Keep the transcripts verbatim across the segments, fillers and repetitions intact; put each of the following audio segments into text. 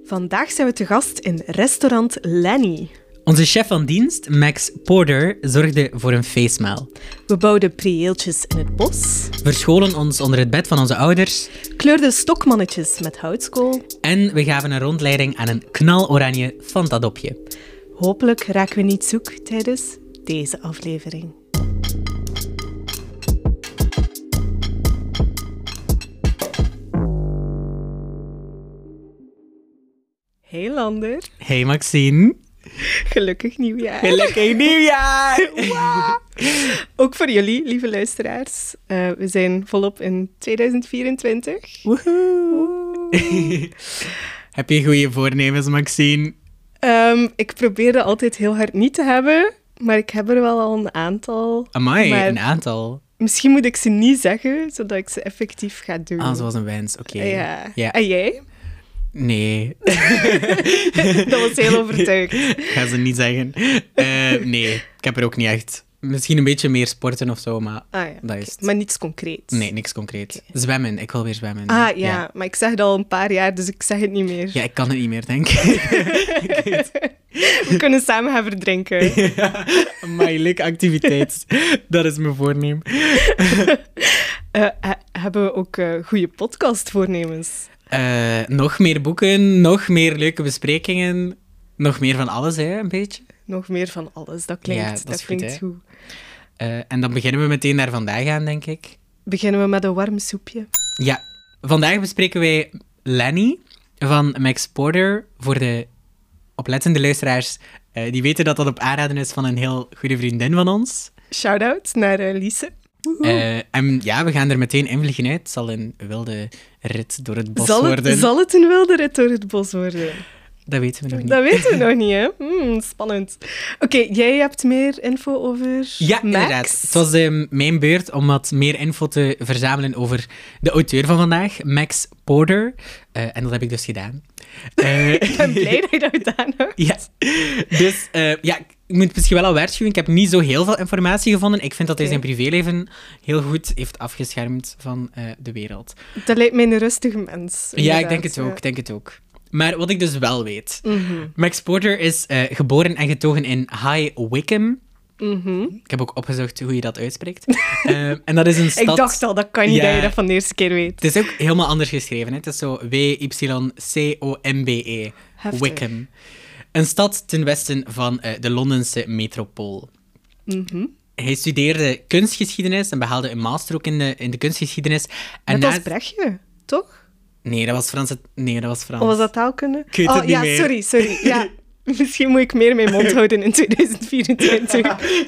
Vandaag zijn we te gast in restaurant Lenny. Onze chef van dienst, Max Porter, zorgde voor een feestmaal. We bouwden prieeltjes in het bos. Verscholen ons onder het bed van onze ouders. Kleurden stokmannetjes met houtskool. En we gaven een rondleiding aan een knaloranje Fanta-dopje. Hopelijk raken we niet zoek tijdens deze aflevering. Hey Lander. Hey Maxine. Gelukkig nieuwjaar. Gelukkig nieuwjaar! Wow. Ook voor jullie, lieve luisteraars. Uh, we zijn volop in tweeduizend vierentwintig. Woehoe! Heb je goede voornemens, Maxine? Um, ik probeerde altijd heel hard niet te hebben, maar ik heb er wel al een aantal. Amai, maar een aantal. Misschien moet ik ze niet zeggen, zodat ik ze effectief ga doen. Ah, zoals een wens, oké. Okay. Ja. Ja. En jij? Nee. Dat was heel overtuigd. Ik ga ze niet zeggen. Uh, nee, ik heb er ook niet echt. Misschien een beetje meer sporten of zo, maar ah, ja, dat is okay. het. Maar niets concreets? Nee, niks concreet. Okay. Zwemmen, ik wil weer zwemmen. Ah, ja. ja, maar ik zeg het al een paar jaar, dus ik zeg het niet meer. Ja, ik kan het niet meer, denk ik. We kunnen samen gaan verdrinken. Ja, my leuke activiteit. Dat is mijn voornemen. uh, ha- hebben we ook uh, goede podcastvoornemens? Uh, nog meer boeken, nog meer leuke besprekingen, nog meer van alles, hè, een beetje. Nog meer van alles, dat klinkt, ja, dat dat is klinkt goed. goed. Uh, en dan beginnen we meteen naar vandaag aan, denk ik. Beginnen we met een warm soepje? Ja, vandaag bespreken wij Lenny van Max Porter. Voor de oplettende luisteraars, uh, die weten dat dat op aanraden is van een heel goede vriendin van ons. Shout-out naar uh, Lise. Uh, en ja, we gaan er meteen invliegen uit. Het zal een wilde rit door het bos zal het, worden. Zal het een wilde rit door het bos worden? Dat weten we nog niet. Dat weten we nog niet, hè? Hmm, spannend. Oké, okay, jij hebt meer info over Ja, Max? inderdaad. Het was uh, mijn beurt om wat meer info te verzamelen over de auteur van vandaag, Max Porter. Uh, en dat heb ik dus gedaan. Uh, ik ben blij dat je dat gedaan hebt. Ja. Dus uh, ja, ik moet misschien wel al waarschuwen. Ik heb niet zo heel veel informatie gevonden. Ik vind dat hij zijn privéleven heel goed heeft afgeschermd van uh, de wereld. Dat lijkt mij een rustige mens. Ja, ik denk het ook. Ik denk het ook. Maar wat ik dus wel weet. Mm-hmm. Max Porter is uh, geboren en getogen in High Wycombe. Mm-hmm. Ik heb ook opgezocht hoe je dat uitspreekt. uh, en dat is een stad... Ik dacht al, dat kan niet ja, dat je dat van de eerste keer weet. Het is ook helemaal anders geschreven. Hè? Het is zo W Y C O M B E. Wycombe. Een stad ten westen van uh, de Londense metropool. Mm-hmm. Hij studeerde kunstgeschiedenis en behaalde een master ook in de, in de kunstgeschiedenis. En Net na... als Brechtje, toch? Nee, dat was Frans. Nee, dat was Frans. Of was dat taalkunde? Ik weet oh, het niet ja, meer. sorry, sorry. Ja. Misschien moet ik meer mijn mond houden in tweeduizend vierentwintig.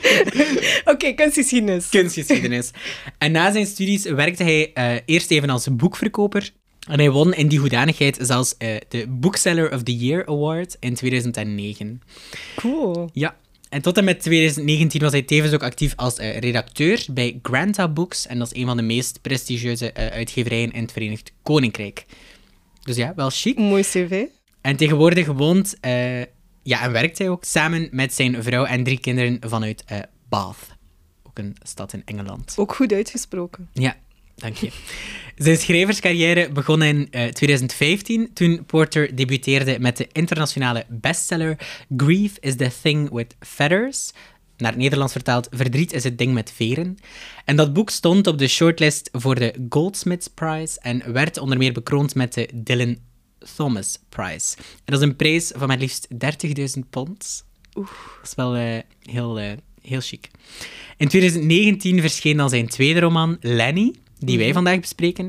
Oké, okay, kunstgeschiedenis. Kunstgeschiedenis. En na zijn studies werkte hij uh, eerst even als boekverkoper. En hij won in die hoedanigheid zelfs uh, de Bookseller of the Year Award in tweeduizend negen. Cool. Ja. En tot en met tweeduizend negentien was hij tevens ook actief als uh, redacteur bij Granta Books. En dat is een van de meest prestigieuze uh, uitgeverijen in het Verenigd Koninkrijk. Dus ja, wel chic. Mooi cv. En tegenwoordig woont uh, ja, en werkt hij ook samen met zijn vrouw en drie kinderen vanuit uh, Bath. Ook een stad in Engeland. Ook goed uitgesproken. Ja, dank je. Zijn schrijverscarrière begon in uh, tweeduizend vijftien, toen Porter debuteerde met de internationale bestseller Grief is the Thing with Feathers. Naar het Nederlands vertaald, Verdriet is het ding met veren. En dat boek stond op de shortlist voor de Goldsmiths Prize en werd onder meer bekroond met de Dylan Thomas Prize. En dat is een prijs van maar liefst dertigduizend pond. Oeh, dat is wel uh, heel, uh, heel chic. In tweeduizend negentien verscheen dan zijn tweede roman, Lenny, die wij vandaag bespreken.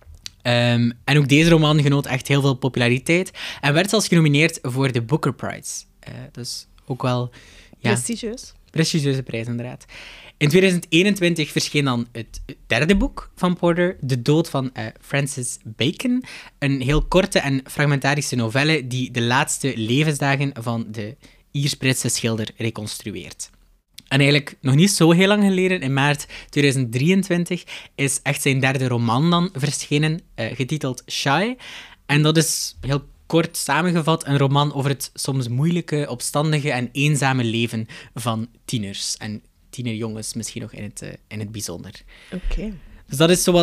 Um, en ook deze roman genoot echt heel veel populariteit en werd zelfs genomineerd voor de Booker Prize. Uh, dus ook wel... Ja, prestigieus. Prestigieuze prijs, inderdaad. In tweeduizend eenentwintig verscheen dan het derde boek van Porter, De Dood van uh, Francis Bacon. Een heel korte en fragmentarische novelle die de laatste levensdagen van de Iers-Britse schilder reconstrueert. En eigenlijk nog niet zo heel lang geleden, in maart tweeduizend drieëntwintig, is echt zijn derde roman dan verschenen, uh, getiteld Shy. En dat is heel kort samengevat een roman over het soms moeilijke, opstandige en eenzame leven van tieners. En tienerjongens misschien nog in het, uh, in het bijzonder. Oké. Okay. Dus dat is zowat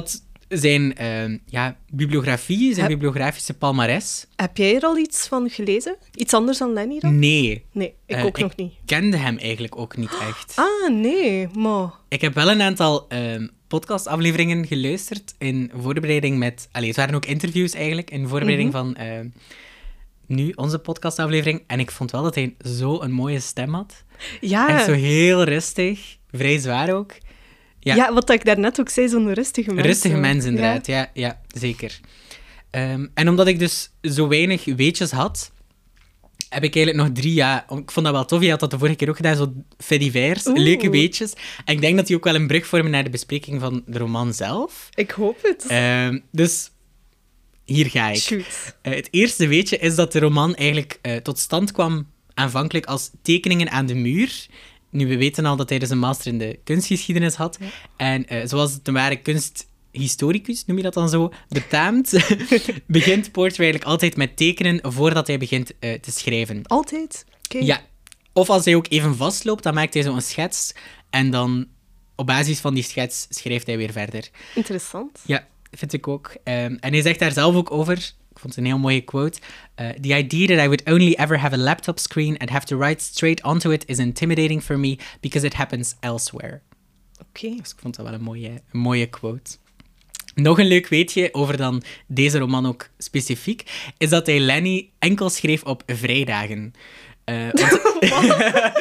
zijn uh, ja, bibliografie, zijn Heb- bibliografische palmares. Heb jij er al iets van gelezen? Iets anders dan Lenny dan? Nee, Nee, ik Eh, ook ik nog niet. kende hem eigenlijk ook niet echt. Ah, nee, maar... Ik heb wel een aantal uh, podcastafleveringen geluisterd in voorbereiding met... Allee, het waren ook interviews eigenlijk, in voorbereiding Mhm. van uh, nu, onze podcastaflevering. En ik vond wel dat hij zo een mooie stem had. Ja, Echt zo heel rustig, vrij zwaar ook. Ja, ja. wat ik daarnet ook zei, zo'n rustige mens. rustige zo. mens inderdaad, ja, ja, zeker. Um, en omdat ik dus zo weinig weetjes had, heb ik eigenlijk nog drie jaar... Ik vond dat wel tof, je had dat de vorige keer ook gedaan, zo fedivers, Oeh. leuke weetjes. En ik denk dat die ook wel een brug vormen naar de bespreking van de roman zelf. Ik hoop het. Um, dus hier ga ik. Shoot. Uh, het eerste weetje is dat de roman eigenlijk uh, tot stand kwam aanvankelijk als tekeningen aan de muur. Nu, we weten al dat hij dus een master in de kunstgeschiedenis had. Ja. En uh, zoals het een ware kunsthistoricus, noem je dat dan zo, betaamt, begint Porter eigenlijk altijd met tekenen voordat hij begint uh, te schrijven. Altijd? Oké. Ja. Of als hij ook even vastloopt, dan maakt hij zo een schets. En dan, op basis van die schets, schrijft hij weer verder. Interessant. Ja, vind ik ook. Um, en hij zegt daar zelf ook over, ik vond het een heel mooie quote, uh, the idea that I would only ever have a laptop screen and have to write straight onto it is intimidating for me because it happens elsewhere. Oké. Dus ik vond dat wel een mooie, een mooie quote. Nog een leuk weetje over dan deze roman ook specifiek, is dat hij Lenny enkel schreef op vrijdagen. Uh, want...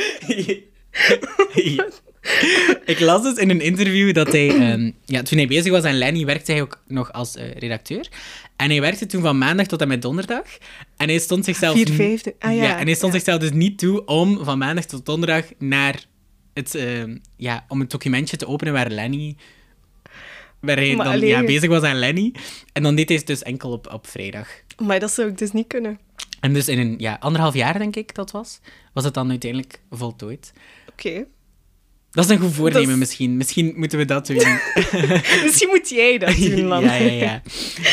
ja. Ik las dus in een interview dat hij... Um, ja, toen hij bezig was aan Lenny, werkte hij ook nog als uh, redacteur. En hij werkte toen van maandag tot en met donderdag. En hij stond zichzelf... Vier vijfde. Ah ja. ja, en hij stond ja. zichzelf dus niet toe om van maandag tot donderdag naar het... Uh, ja, om het documentje te openen waar Lenny... Waar hij Maar dan alleen- ja, bezig was aan Lenny. En dan deed hij het dus enkel op, op vrijdag. Maar dat zou ik dus niet kunnen. En dus in een ja, anderhalf jaar, denk ik, dat was, was het dan uiteindelijk voltooid. Oké. Dat is een goed voornemen Dat is- misschien. Misschien moeten we dat doen. Misschien moet jij dat doen, man. ja, ja, ja.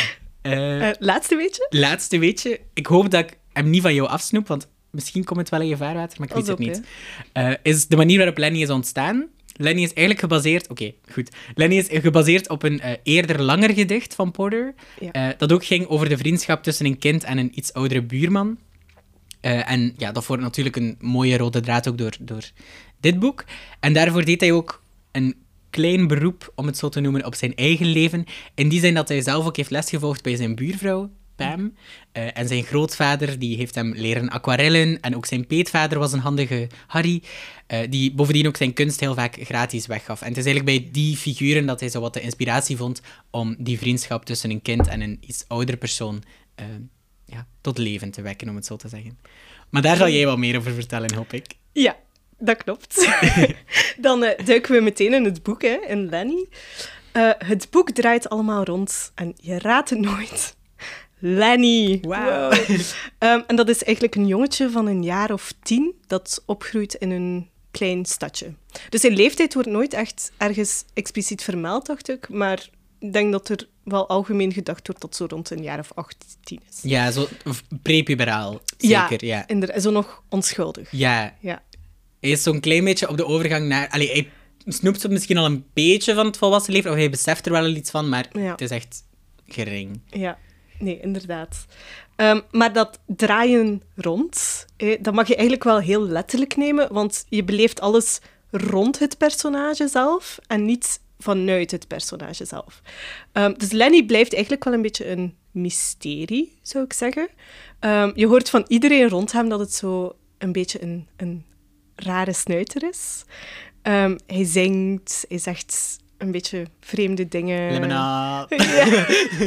Uh, Uh, laatste weetje? laatste weetje. Ik hoop dat ik hem niet van jou afsnoep, want misschien komt het wel in je vaarwater, maar ik weet Pas het op, niet. Uh, is de manier waarop Lenny is ontstaan. Lenny is eigenlijk gebaseerd... Oké, okay, goed. Lenny is gebaseerd op een uh, eerder langer gedicht van Porter, Ja. uh, dat ook ging over de vriendschap tussen een kind en een iets oudere buurman. Uh, en ja, dat vormt natuurlijk een mooie rode draad ook door, door dit boek. En daarvoor deed hij ook een klein beroep, om het zo te noemen, op zijn eigen leven. In die zin dat hij zelf ook heeft lesgevolgd bij zijn buurvrouw, Pam. Uh, en zijn grootvader, die heeft hem leren aquarellen. En ook zijn peetvader was een handige Harry, uh, die bovendien ook zijn kunst heel vaak gratis weggaf. En het is eigenlijk bij die figuren dat hij zo wat de inspiratie vond om die vriendschap tussen een kind en een iets oudere persoon uh, ja, tot leven te wekken, om het zo te zeggen. Maar daar zal jij wel meer over vertellen, hoop ik. Ja, dat klopt. Dan uh, duiken we meteen in het boek, hè, in Lenny. Uh, het boek draait allemaal rond en je raadt het nooit. Lenny. Wauw. Wow. Um, en dat is eigenlijk een jongetje van een jaar of tien dat opgroeit in een klein stadje. Dus zijn leeftijd wordt nooit echt ergens expliciet vermeld, dacht ik. Maar ik denk dat er wel algemeen gedacht wordt dat zo rond een jaar of achttien is. Ja, zo prepuberaal, zeker. Ja, ja. Inderdaad, zo nog onschuldig. Ja. Ja. Hij is zo'n klein beetje op de overgang naar... Allee, hij snoept zo misschien al een beetje van het volwassen leven, of hij beseft er wel iets van, maar Ja. het is echt gering. Ja, nee, inderdaad. Um, maar dat draaien rond, eh, dat mag je eigenlijk wel heel letterlijk nemen, want je beleeft alles rond het personage zelf en niet vanuit het personage zelf. Um, dus Lenny blijft eigenlijk wel een beetje een mysterie, zou ik zeggen. Um, je hoort van iedereen rond hem dat het zo een beetje een, een rare snuiter is. Um, hij zingt, hij zegt een beetje vreemde dingen. Lemonade. Ja.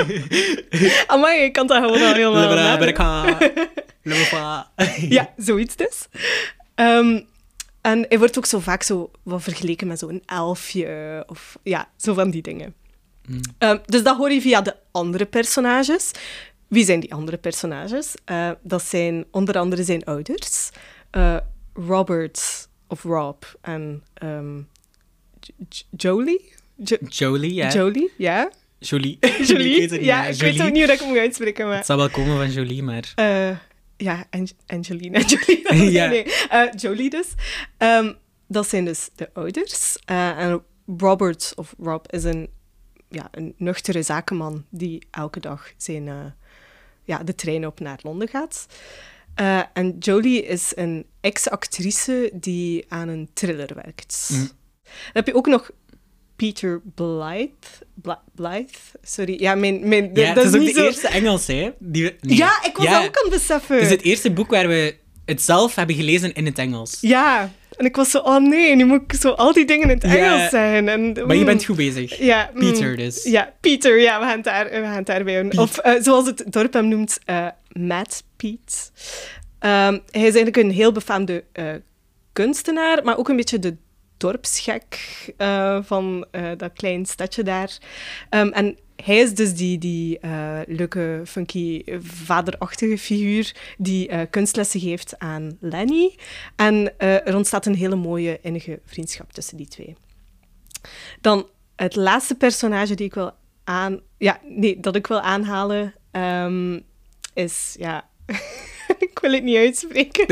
Amai, je kan dat gewoon al helemaal Lemonade, nadoen. Lemonade. Ja, zoiets dus. Um, en hij wordt ook zo vaak zo wat vergeleken met zo'n elfje. Of ja, zo van die dingen. Mm. Um, dus dat hoor je via de andere personages. Wie zijn die andere personages? Uh, dat zijn onder andere zijn ouders. Uh, Robert, of Rob, en um, J- Jolie? Jo- Jolie, ja. Jolie, ja. Jolie. Jolie? Ik weet het niet, ja, ja. ik Jolie. weet ook niet hoe ik het moet uitspreken, maar... Het zal wel komen van Jolie, maar... Uh, ja, Ang- Angelina Jolie. Ja. Nee, uh, Jolie dus. Um, dat zijn dus de ouders. Uh, en Robert, of Rob, is een ja, een nuchtere zakenman die elke dag zijn, uh, ja, de trein op naar Londen gaat. Uh, en Jolie is een ex-actrice die aan een thriller werkt. Mm. Dan heb je ook nog Peter Blythe. Bla- Blythe? Sorry. Ja, mijn... mijn ja, dat is ook niet de zo... eerste Engels, hè? Die we... nee. Ja, ik was ja. dat ook aan het beseffen. Het is het eerste boek waar we het zelf hebben gelezen in het Engels. Ja, en ik was zo, oh nee, nu moet ik zo al die dingen in het Engels ja. zijn. En, mm. Maar je bent goed bezig. Ja, Peter mm, dus. Ja, Peter, ja, we gaan het, daar, we gaan het daarbij houden. Of uh, zoals het dorp hem noemt, uh, Mad Pete. Um, hij is eigenlijk een heel befaamde uh, kunstenaar, maar ook een beetje de dorpsgek uh, van uh, dat klein stadje daar. Um, en hij is dus die, die uh, leuke, funky, vaderachtige figuur die uh, kunstlessen geeft aan Lenny. En uh, er ontstaat een hele mooie, innige vriendschap tussen die twee. Dan het laatste personage die ik wil aan... Ja, nee, dat ik wil aanhalen um, is... Ja, ik wil het niet uitspreken.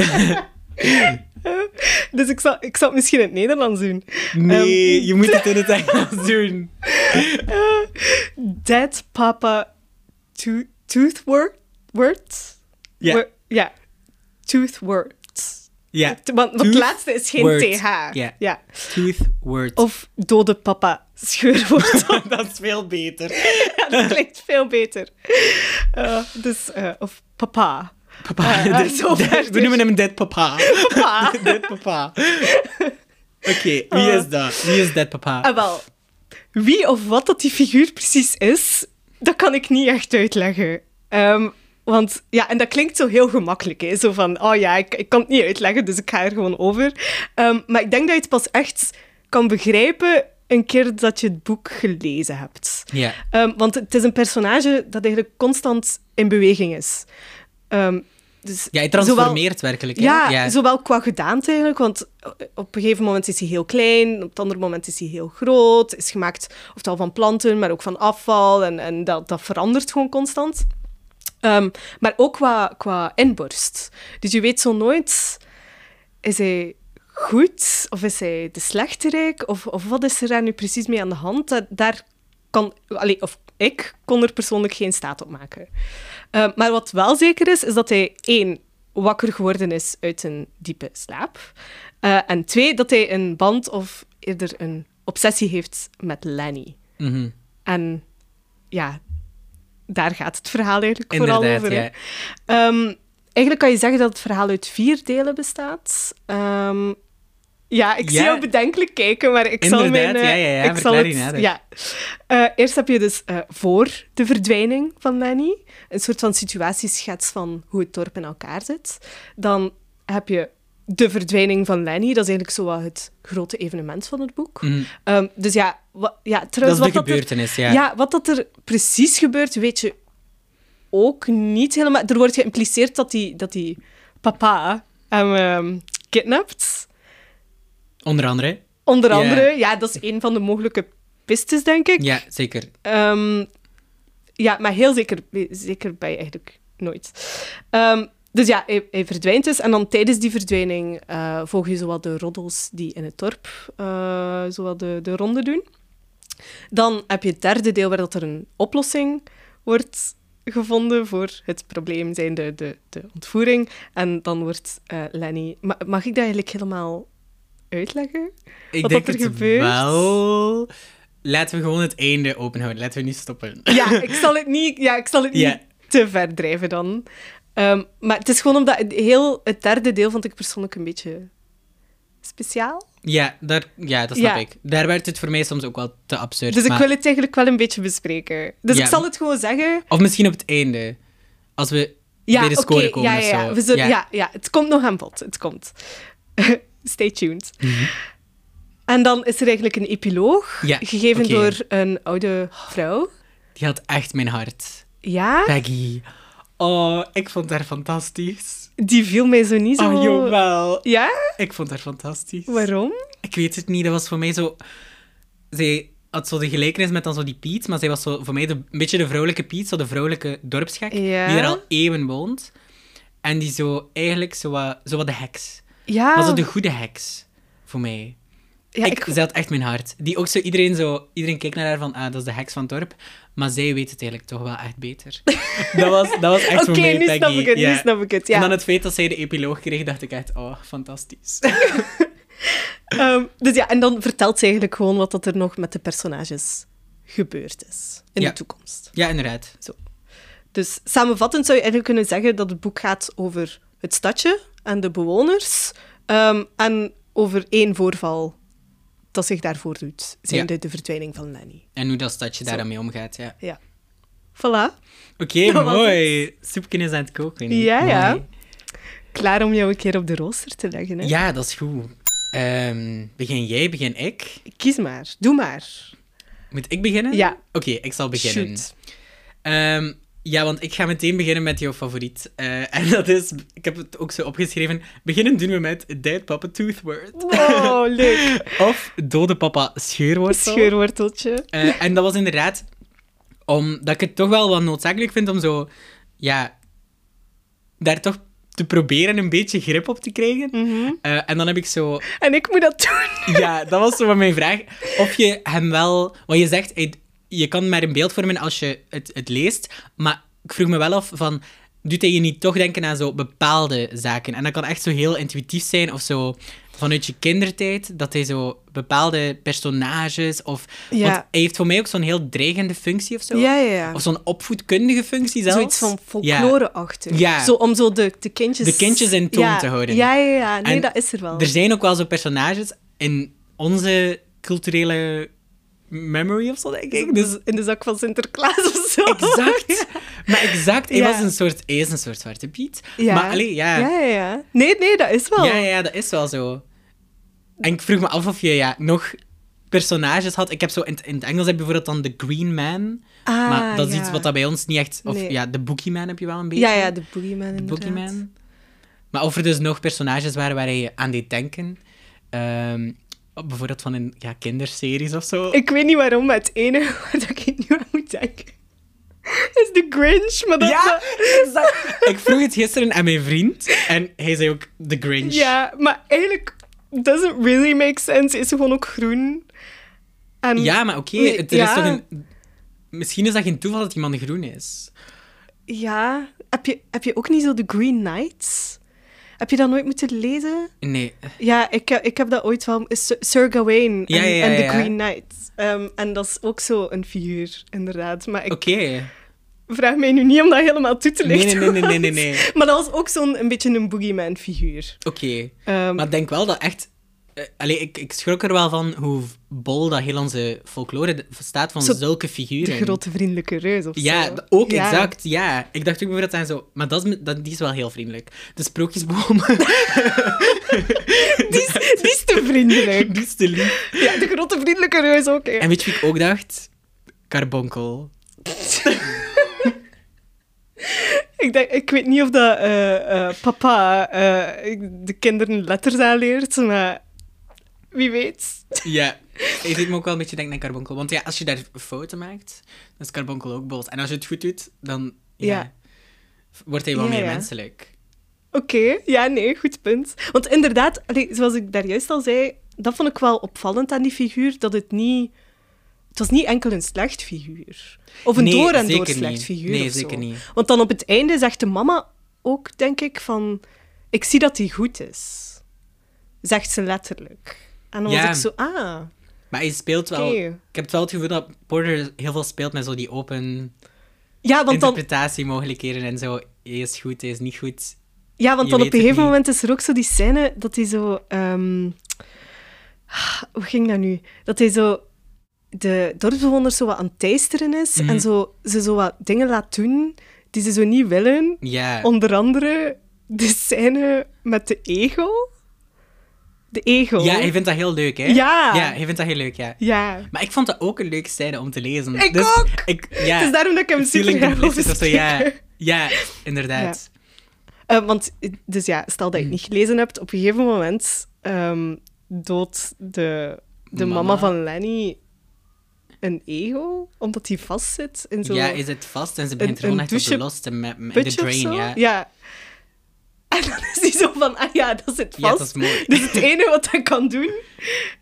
Dus ik zal, ik zal het misschien in het Nederlands doen. Nee, um, je moet het in het Engels doen. Uh, Dead Papa to- Toothwort? Ja. Wor- ja. Toothwort. Ja. Want, want het laatste is geen Word. T H. Ja. Ja. Toothwort. Of dode papa scheurwortel. Dat is veel beter. Ja, dat klinkt veel beter. Uh, dus, uh, of papa. Papa. Uh, uh, de, zo de, verder. we noemen hem Dead Papa. Papa. Dead Papa. Oké, okay, wie is dat? Wie is Dead Papa? Ah, wel. Wie of wat dat die figuur precies is, dat kan ik niet echt uitleggen. Um, want, ja, en dat klinkt zo heel gemakkelijk, hè. Zo van, oh ja, ik, ik kan het niet uitleggen, dus ik ga er gewoon over. Um, maar ik denk dat je het pas echt kan begrijpen een keer dat je het boek gelezen hebt. Ja. Um, want het is een personage dat eigenlijk constant in beweging is. Um, dus ja, hij transformeert zowel, werkelijk. Hè? Ja, ja, zowel qua gedaante eigenlijk, want op een gegeven moment is hij heel klein, op het andere moment is hij heel groot, is gemaakt ofwel van planten, maar ook van afval, en, en dat, dat verandert gewoon constant. Um, maar ook qua, qua inborst. Dus je weet zo nooit, is hij goed of is hij de slechterik, of, of wat is er daar nu precies mee aan de hand? Dat, daar kan, allee, of ik kon er persoonlijk geen staat op maken. Uh, maar wat wel zeker is, is dat hij één, wakker geworden is uit een diepe slaap. Uh, en twee, dat hij een band of eerder een obsessie heeft met Lenny. Mm-hmm. En ja, daar gaat het verhaal eigenlijk Inderdaad, vooral over. Ja. Um, eigenlijk kan je zeggen dat het verhaal uit vier delen bestaat. Um, ja, ik ja. zie jou bedenkelijk kijken, maar ik Inderdaad, zal mijn... Uh, ja, ja, ja. ik zal het, het, ja. Uh, eerst heb je dus uh, voor de verdwijning van Lenny een soort van situatieschets van hoe het dorp in elkaar zit. Dan heb je de verdwijning van Lenny. Dat is eigenlijk zo wat het grote evenement van het boek. Mm. Um, dus ja, wa- ja trouwens... Dat is de wat gebeurtenis, dat er, ja. Ja, wat dat er precies gebeurt, weet je ook niet helemaal. Er wordt geïmpliceerd dat die, dat die papa hem um, kidnapt. Onder andere. Onder andere, yeah. ja, dat is een van de mogelijke pistes, denk ik. Ja, zeker. Um, ja, maar heel zeker, zeker ben je eigenlijk nooit. Um, dus ja, hij, hij verdwijnt dus. En dan tijdens die verdwijning uh, volg je zowel de roddels die in het dorp uh, zowel de, de ronde doen. Dan heb je het derde deel waar dat er een oplossing wordt gevonden voor het probleem, zijnde de, de ontvoering. En dan wordt uh, Lenny... Ma- mag ik dat eigenlijk helemaal uitleggen? Ik wat denk dat er het gebeurt? wel. Laten we gewoon het einde openhouden. Laten we niet stoppen. Ja, ik zal het niet, ja, ik zal het niet yeah. te ver drijven dan. Um, maar het is gewoon omdat het, heel, het derde deel vond ik persoonlijk een beetje speciaal. Ja, daar, ja dat snap Ja. ik. Daar werd het voor mij soms ook wel te absurd. Dus ik maar... wil het eigenlijk wel een beetje bespreken. Dus Ja. ik zal het gewoon zeggen. Of misschien op het einde. Als we Ja, bij de oké, score komen ja, of ja, zo. we zullen, Ja. ja. Ja, het komt nog aan bod. Het komt. Stay tuned. Mm-hmm. En dan is er eigenlijk een epiloog, Ja, gegeven oké. door een oude vrouw. Die had echt mijn hart. Ja, Peggy. Oh, ik vond haar fantastisch. die viel mij zo niet zo... Oh, jawel. Ja? Ik vond haar fantastisch. Waarom? Ik weet het niet, dat was voor mij zo... Zij had zo de gelijkenis met dan zo die Piet, maar zij was zo voor mij de, een beetje de vrouwelijke Piet, zo de vrouwelijke dorpsgek, Ja. die er al eeuwen woont. En die zo eigenlijk zo wat, zo wat de heks. Ja. Maar zo de goede heks, voor mij. Ja, ik, ik- Zij had echt mijn hart. Die ook zo, iedereen, zo, iedereen keek naar haar van, ah, dat is de heks van het dorp. Maar zij weet het eigenlijk toch wel echt beter. dat, was, dat was echt Oké, voor mij nu Peggy. snap ik het, Ja. nu snap ik het. Ja. En dan het feit dat zij de epiloog kreeg, dacht ik echt, oh, fantastisch. Ehm, dus ja, en dan vertelt ze eigenlijk gewoon wat dat er nog met de personages gebeurd is in Ja. de toekomst. Ja, inderdaad. Dus samenvattend zou je eigenlijk kunnen zeggen dat het boek gaat over het stadje en de bewoners ehm, en over één voorval dat zich daarvoor doet, zijnde Ja. de verdwijning van Lenny. En hoe dat stadje daar Zo. dan mee omgaat, ja. Ja. Voilà. Oké, Dat was mooi. Soepken is aan het koken. Ja, ja. Mooi. Klaar om jou een keer op de rooster te leggen, hè? Ja, dat is goed. Ehm, begin jij, begin ik? Kies maar. Doe maar. Moet ik beginnen? Ja. Oké, ik zal beginnen. Shoot. Ehm, ja, want ik ga meteen beginnen met jouw favoriet. Eh, en dat is, ik heb het ook zo opgeschreven, beginnen doen we met Dead Papa Toothwort. Wow, leuk. Of Dode Papa Scheurwortel. Scheurworteltje. Eh, en dat was inderdaad omdat ik het toch wel wat noodzakelijk vind om zo, ja, daar toch te proberen een beetje grip op te krijgen. Mhm. Eh, en dan heb ik zo... En ik moet dat doen. Ja, dat was zo wat mijn vraag. Of je hem wel... Want je zegt, hey, je kan maar een beeld vormen als je het, het leest. Maar ik vroeg me wel af van... Doet hij je niet toch denken aan zo bepaalde zaken? En dat kan echt zo heel intuïtief zijn. Of zo vanuit je kindertijd. Dat hij zo bepaalde personages... Of, Ja. Want hij heeft voor mij ook zo'n heel dreigende functie of zo. Ja, ja, ja. Of zo'n opvoedkundige functie zelfs. Zoiets van folklore-achtig. Ja. Zo, om zo de, de kindjes... De kindjes in toon ja. te houden. Ja, ja, ja. Nee, En dat is er wel. Er zijn ook wel zo personages in onze culturele memory of zo, denk ik. Dus Dus in de zak van Sinterklaas of zo. exact. Maar exact, hij Ja. was een soort... Hij is een soort Zwarte Piet. Ja. Maar allee, ja. Ja, ja, ja. Nee, nee, dat is wel. Ja, ja, dat is wel zo. En ik vroeg me af of je ja, nog personages had. Ik heb zo... In, het- in het Engels heb je bijvoorbeeld dan de Green Man. Ah, maar dat is ja. iets wat dat bij ons niet echt... Of Nee. ja, de Boogeyman heb je wel een beetje. Ja, ja, de Boogeyman De inderdaad. Boogeyman. Maar of er dus nog personages waren waar je aan deed denken. Ehm, bijvoorbeeld van in ja, kinderseries of zo. Ik weet niet waarom, maar het enige waar dat ik nu aan moet denken is de Grinch. Maar dat, Ja, dat- exact. Ik vroeg het gisteren aan mijn vriend en hij zei ook The Grinch. ja, maar eigenlijk doesn't really make sense. Is ze gewoon ook groen. En Ja, maar oké, Nee, het- er ja. is toch een... Misschien is dat geen toeval dat die man groen is. ja, heb je, heb je ook niet zo de Green Knights? Heb je dat nooit moeten lezen? Nee. Ja, ik, heb- ik heb dat ooit wel... Sir Sir Gawain en, Ja, ja, ja, en de ja. Green Knights. Ehm, en dat is ook zo een figuur, inderdaad. Maar ik Oké. vraag mij nu niet om dat helemaal toe te Nee, lichten. nee, nee, nee, nee, nee. nee. Maar dat was ook zo'n een beetje een boogeyman-figuur. Oké. Ehm, Maar ik denk wel dat echt... eh, allee, ik, ik schrok er wel van hoe bol dat heel onze folklore de- staat van Zo zulke de figuren. grote vriendelijke reus of Ja, zo. d- ook Ja. exact, ja. Ik dacht ook bijvoorbeeld aan zo... Maar dat is, me- dat, die is wel heel vriendelijk. De sprookjesboom. Die is, die is te vriendelijk. Die is te lief. Ja, de grote vriendelijke reus ook. hè. En weet je wie ik ook dacht? Carbonkel. Ik, denk, ik weet niet of dat eh, eh, papa eh, de kinderen letters aanleert, maar wie weet. Ja. Je deed me ook wel een beetje denken aan Carbonkel. Want ja, als je daar fouten maakt, dan is Carbonkel ook boos. En als je het goed doet, dan ja, Ja. wordt hij wel Ja, meer ja. menselijk. Oké, ja, nee, goed punt. Want inderdaad, allee, zoals ik daar juist al zei, dat vond ik wel opvallend aan die figuur, dat het niet... Het was niet enkel een slecht figuur. Of een Nee, door en door zeker slecht niet. figuur Nee, of zo. zeker niet. Want dan op het einde zegt de mama ook, denk ik, van... Ik zie dat hij goed is. Zegt ze letterlijk. En dan Ja. was ik zo, ah, Maar hij speelt wel... oké. Ik heb wel het gevoel dat Porter heel veel speelt met zo die open Ja, want dan, interpretatiemogelijkheden en zo. Hij is goed, hij is niet goed. ja, want je dan op weet een het gegeven niet. moment is er ook zo die scène dat hij zo... ehm, hoe ging dat nu? Dat hij zo de dorpsbewoners zo wat aan het teisteren is Mhm. en zo, ze zo wat dingen laat doen die ze zo niet willen. Ja. Onder andere de scène met de egel. De egel. Ja, hij vindt dat heel leuk, hè? Ja. Ja, hij vindt dat heel leuk, ja. Ja. Maar ik vond dat ook een leuke scène om te lezen. Ik dus ook! Ik, ja, Het is daarom dat ik hem super feeling graag wil complicit of zo, ja. bespreken. Ja, inderdaad. Eh, want, dus ja, stel dat je het niet gelezen hebt, op een gegeven moment ehm doodt de, de mama. Mama. van Lenny een egel, omdat hij vastzit in zo'n Ja, hij zit vast en ze begint een gewoon echt op de douche- los te met in de putje of drain, zo. ja. Ja. En dan is hij zo van, ah ja, dat zit Ja, vast. dat is mooi. Dus het enige wat hij kan doen,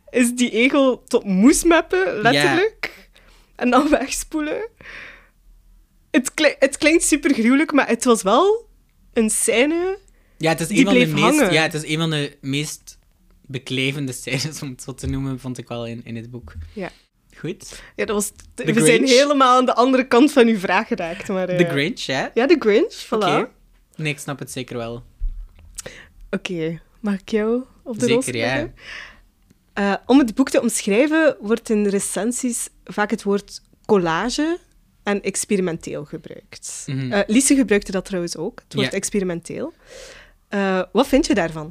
is die egel tot moes meppen, letterlijk. Ja. En dan wegspoelen. Het, klink, het klinkt super gruwelijk, maar het was wel een scène ja, het is die een van bleef de meest, hangen. Ja, het is een van de meest beklevende scènes, om het zo te noemen, vond ik wel in, in het boek. Ja. Goed. Ja, dat was... The we Grinch. zijn helemaal aan de andere kant van uw vraag geraakt. Maar, uh... The Grinch, ja? Ja, The Grinch, voilà. Oké. Oké, Nee, ik snap het zeker wel. okay. Mag ik jou op de rol Zeker, ja. schrijven? Uh, om het boek te omschrijven, wordt in recensies vaak het woord collage en experimenteel gebruikt. Mhm. Uh, Lise gebruikte dat trouwens ook, het woord Ja. experimenteel. Uh, wat vind je daarvan?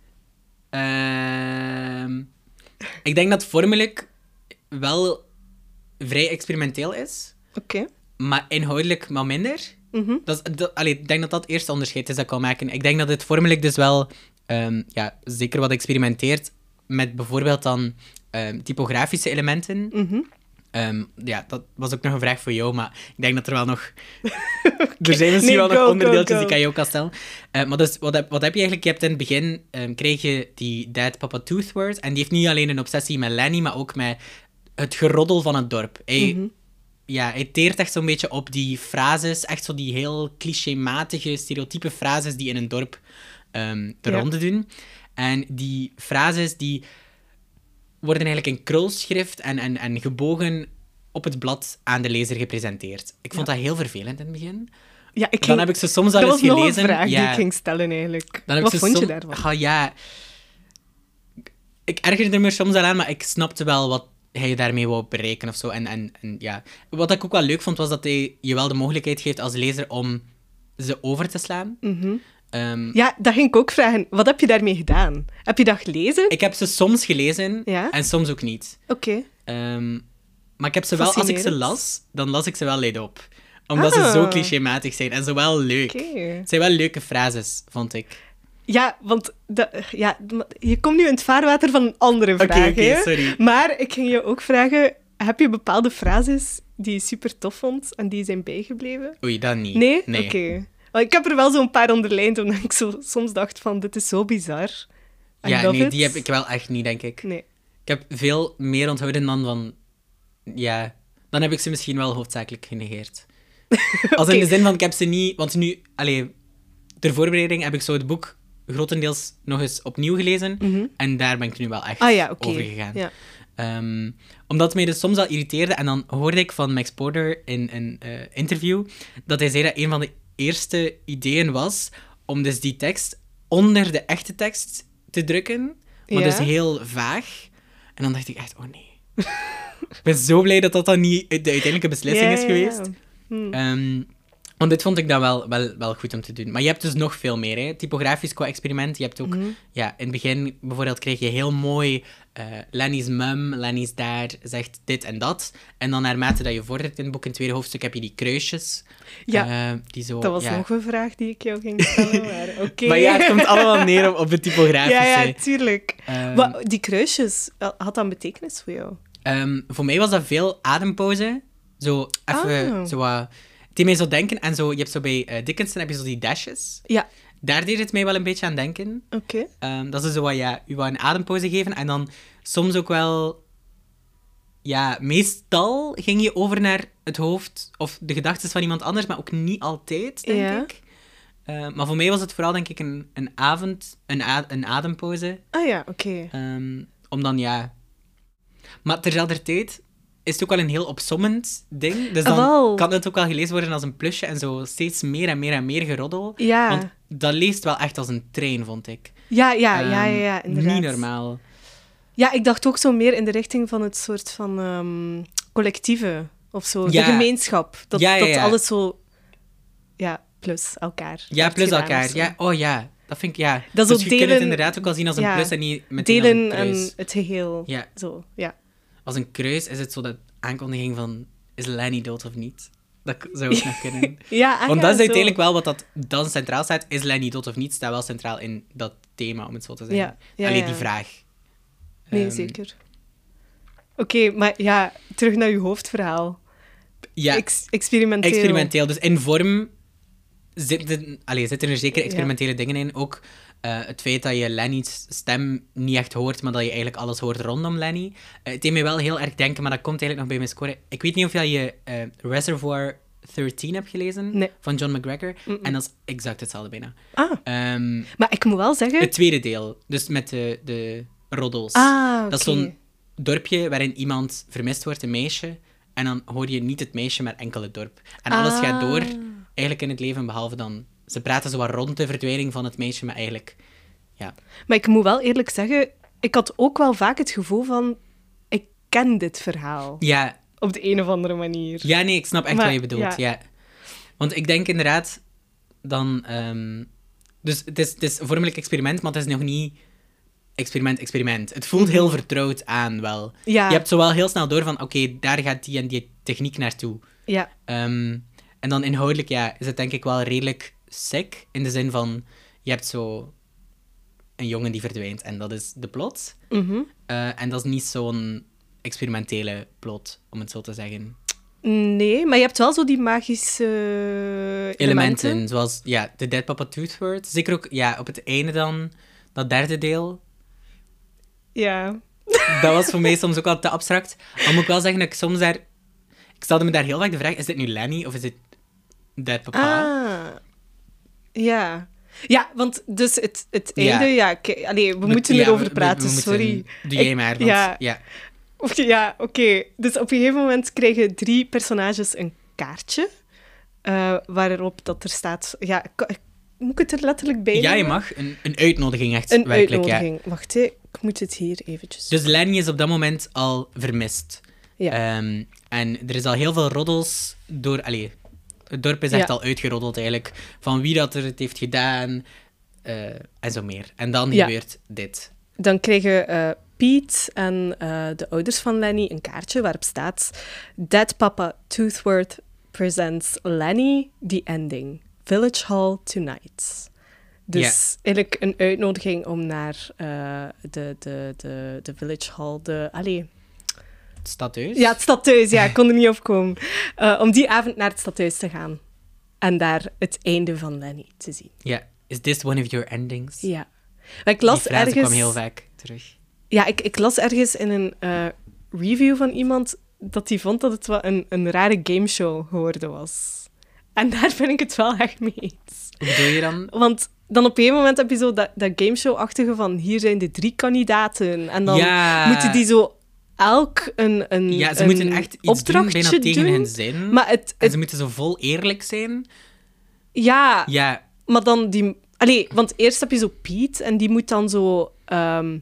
Ehm, ik denk dat het vormelijk wel vrij experimenteel is, Oké. maar inhoudelijk maar minder. Mhm. Dat is, dat, allee, ik denk dat dat het eerste onderscheid is dat ik wil maken. Ik denk dat het vormelijk dus wel ehm, ja, zeker wat experimenteert met bijvoorbeeld dan ehm, typografische elementen. Mhm. Ehm, ja, dat was ook nog een vraag voor jou, maar ik denk dat er wel nog... Er zijn misschien Nee, wel go, nog go, onderdeeltjes go. die kan je ook kan stellen. Eh, maar dus, wat, heb, wat heb je eigenlijk? Je hebt in het begin, ehm, kreeg je die Dead Papa Toothword, en die heeft niet alleen een obsessie met Lenny, maar ook met het geroddel van het dorp. Hij, Mhm. ja, hij teert echt zo'n beetje op die frases, echt zo die heel clichématige, stereotype frases die in een dorp ehm, de Ja. ronde doen. En die frases die worden eigenlijk in krulschrift en, en, en gebogen op het blad aan de lezer gepresenteerd. Ik vond Ja. dat heel vervelend in het begin. Ja, ik Dan ging... heb ik ze soms al Dat eens was nog gelezen. een vraag ja, die ik ging stellen, eigenlijk. dan heb Wat ik ze vond je som- daarvan? Ah, ja, ik ergerde me soms al aan, maar ik snapte wel wat hij daarmee wou bereiken of zo. En, en, en ja, wat ik ook wel leuk vond, was dat hij je wel de mogelijkheid geeft als lezer om ze over te slaan. Mhm. Ehm, Ja, dat ging ik ook vragen. Wat heb je daarmee gedaan? Heb je dat gelezen? Ik heb ze soms gelezen Ja? en soms ook niet. Oké. Ehm, maar ik heb ze wel, als ik ze Fascinerend. las, dan las ik ze wel leid op. Omdat Ah. ze zo clichématig zijn en zo wel leuk. Oké. Het zijn wel leuke frases, vond ik. Ja, want dat, ja, je komt nu in het vaarwater van een andere Oké, vraag. oké, hè? sorry. Maar ik ging je ook vragen, heb je bepaalde frases die je super tof vond en die zijn bijgebleven? Oei, dat niet. Nee? Oké. Want ik heb er wel zo'n paar onderlijnd, omdat ik zo, soms dacht van, dit is zo bizar. I Ja, love nee, it. die heb ik wel echt niet, denk ik. Nee. Ik heb veel meer onthouden dan van... Ja, dan heb ik ze misschien wel hoofdzakelijk genegeerd. Als in Oké. de zin van, ik heb ze niet... Want nu, allee, ter voorbereiding heb ik zo het boek grotendeels nog eens opnieuw gelezen. Mhm. En daar ben ik nu wel echt Ah ja, oké. over gegaan. Ja. Ehm, omdat het mij dus soms al irriteerde. En dan hoorde ik van Max Porter in een eh, interview dat hij zei dat een van de eerste ideeën was om dus die tekst onder de echte tekst te drukken. Maar Ja. dus heel vaag. En dan dacht ik echt, oh nee. Ik ben zo blij dat dat dan niet de uiteindelijke beslissing Ja, is ja, geweest. ja. Hm. Ehm, want dit vond ik dan wel, wel, wel goed om te doen. Maar je hebt dus nog veel meer. Hè? Typografisch qua experiment. Je hebt ook... Mhm. Ja, in het begin bijvoorbeeld kreeg je heel mooi... eh, Lenny's mum, Lenny's dad zegt dit en dat. En dan naarmate dat je vordert in het boek, in het tweede hoofdstuk, heb je die kruisjes. Ja, eh, die zo, dat was ja. nog een vraag die ik jou ging stellen. Maar oké. Maar ja, het komt allemaal neer op, op het typografische. Ja, ja, tuurlijk. Ehm, Wat, die kruisjes, had dat een betekenis voor jou? Ehm, voor mij was dat veel adempauze. Zo even, Ah. zo wat... Het deed mij zo denken. En zo, je hebt zo bij eh, Dickinson heb je zo die dashes. Ja, Daar deed het mij wel een beetje aan denken. oké. Ehm, dat is zo wat, ja, u wou een adempauze geven. En dan soms ook wel... Ja, meestal ging je over naar het hoofd of de gedachten van iemand anders, maar ook niet altijd, denk Ja. ik. Ehm, maar voor mij was het vooral, denk ik, een, een avond, een, a- een adempauze. Ah ja, oké. Ehm, om dan, ja... Maar terzelfde tijd is het ook wel een heel opsommend ding. Dus Ah, dan wel. kan het ook wel gelezen worden als een plusje en zo steeds meer en meer en meer geroddel. Ja. Want dat leest wel echt als een trein, vond ik. Ja, ja, ja, ja, Ehm, ja, inderdaad. Niet normaal. Ja, ik dacht ook zo meer in de richting van het soort van ehm, collectieve of zo. Ja. De gemeenschap. Dat, Ja, ja, ja. dat alles zo... Ja, plus elkaar. Ja, werd plus gedaan elkaar. of zo. Ja, oh ja, dat vind ik, ja. Dat is dus ook je kunt het delen- inderdaad ook al zien als een ja. plus en niet meteen Delen als een kruis. en het geheel. Ja. Zo, ja. Als een kruis is het zo de aankondiging van, is Lenny dood of niet? Dat k- zou ook nog kunnen. Ja, ah, Want ja, dat is zo. uiteindelijk wel wat dat dan centraal staat. Is Lenny dood of niet? Staat wel centraal in dat thema, om het zo te zeggen. Ja, ja, Alleen ja. die vraag. Nee, Ehm, zeker. Oké, maar ja, terug naar uw hoofdverhaal. Ja, Ex- experimenteel. experimenteel. Dus in vorm zitten, allee, zitten er zeker experimentele ja. dingen in. Ook uh, het feit dat je Lenny's stem niet echt hoort, maar dat je eigenlijk alles hoort rondom Lenny. Uh, het deed me wel heel erg denken, maar dat komt eigenlijk nog bij mijn score. Ik weet niet of je uh, Reservoir dertien hebt gelezen, nee. van John McGregor. Mm-mm. En dat is exact hetzelfde bijna. Ah. Um, maar ik moet wel zeggen... Het tweede deel, dus met de, de roddels. Ah, okay. Dat is zo'n dorpje waarin iemand vermist wordt, een meisje. En dan hoor je niet het meisje, maar enkel het dorp. En alles ah. gaat door, eigenlijk in het leven, behalve dan... Ze praten zo wat rond de verdwijning van het meisje, maar eigenlijk... Ja. Maar ik moet wel eerlijk zeggen, ik had ook wel vaak het gevoel van... Ik ken dit verhaal. Ja. Op de een of andere manier. Ja, nee, ik snap echt maar, wat je bedoelt. Ja. ja. Want ik denk inderdaad dan... Um... Dus het is, het is een vormelijk experiment, maar het is nog niet... Experiment, experiment. Het voelt heel vertrouwd aan, wel. Ja. Je hebt zo wel heel snel door van, oké, okay, daar gaat die en die techniek naartoe. Ja. Um, en dan inhoudelijk, ja, is het denk ik wel redelijk sick. In de zin van, je hebt zo een jongen die verdwijnt en dat is de plot. Mm-hmm. Uh, en dat is niet zo'n experimentele plot, om het zo te zeggen. Nee, maar je hebt wel zo die magische elementen. Elementen, zoals, ja, de Dead Papa Toothwort. Zeker ook, ja, op het einde dan... Dat derde deel. Ja. Dat was voor mij soms ook wel te abstract. Al moet ik wel zeggen dat ik soms daar... Ik stelde me daar heel vaak de vraag, is dit nu Lenny of is dit Dead Papa? Ah. Ja. Ja, want dus het, het einde... Ja, ja k- allee, we, we moeten ja, erover we, praten, we, we sorry. Moeten, doe jij maar, want, ja. ja. Ja, oké. Okay. Dus op een gegeven moment krijgen drie personages een kaartje, uh, waarop dat er staat... Ja, k- moet ik het er letterlijk bij Ja, nemen? je mag. Een, een uitnodiging, echt. Een werkelijk, uitnodiging. Ja. Wacht, hè. Ik moet het hier eventjes... Dus Lenny is op dat moment al vermist. Ja. Um, en er is al heel veel roddels door... Allee, het dorp is echt ja. al uitgeroddeld, eigenlijk. Van wie dat er het heeft gedaan. Uh, en zo meer. En dan ja. gebeurt dit. Dan krijgen uh, Pete en uh, de ouders van Lenny een kaartje waarop staat... Dead Papa Toothwort presents Lenny, the ending. Village Hall tonight. Dus yeah. eigenlijk een uitnodiging om naar uh, de, de, de, de Village Hall, de... Allee. Het stadhuis? Ja, het stadhuis, ja, ik kon er niet op komen. Uh, om die avond naar het stadhuis te gaan. En daar het einde van Lenny te zien. Ja. Yeah. Is this one of your endings? Ja. Maar ik las Die frase ergens... kwam heel vaak terug. Ja, ik, ik las ergens in een uh, review van iemand dat hij vond dat het wel een, een rare gameshow geworden was. En daar ben ik het wel echt mee eens. Hoe bedoel je dan? Want dan op een moment heb je zo dat, dat gameshow-achtige van hier zijn de drie kandidaten. En dan ja. moeten die zo elk een, een Ja, ze een moeten echt iets doen, bijna tegen doen. hun zin. Maar het, het... En ze moeten zo vol eerlijk zijn. Ja, ja. maar dan die... Allee, want eerst heb je zo Pete en die moet dan zo... Um,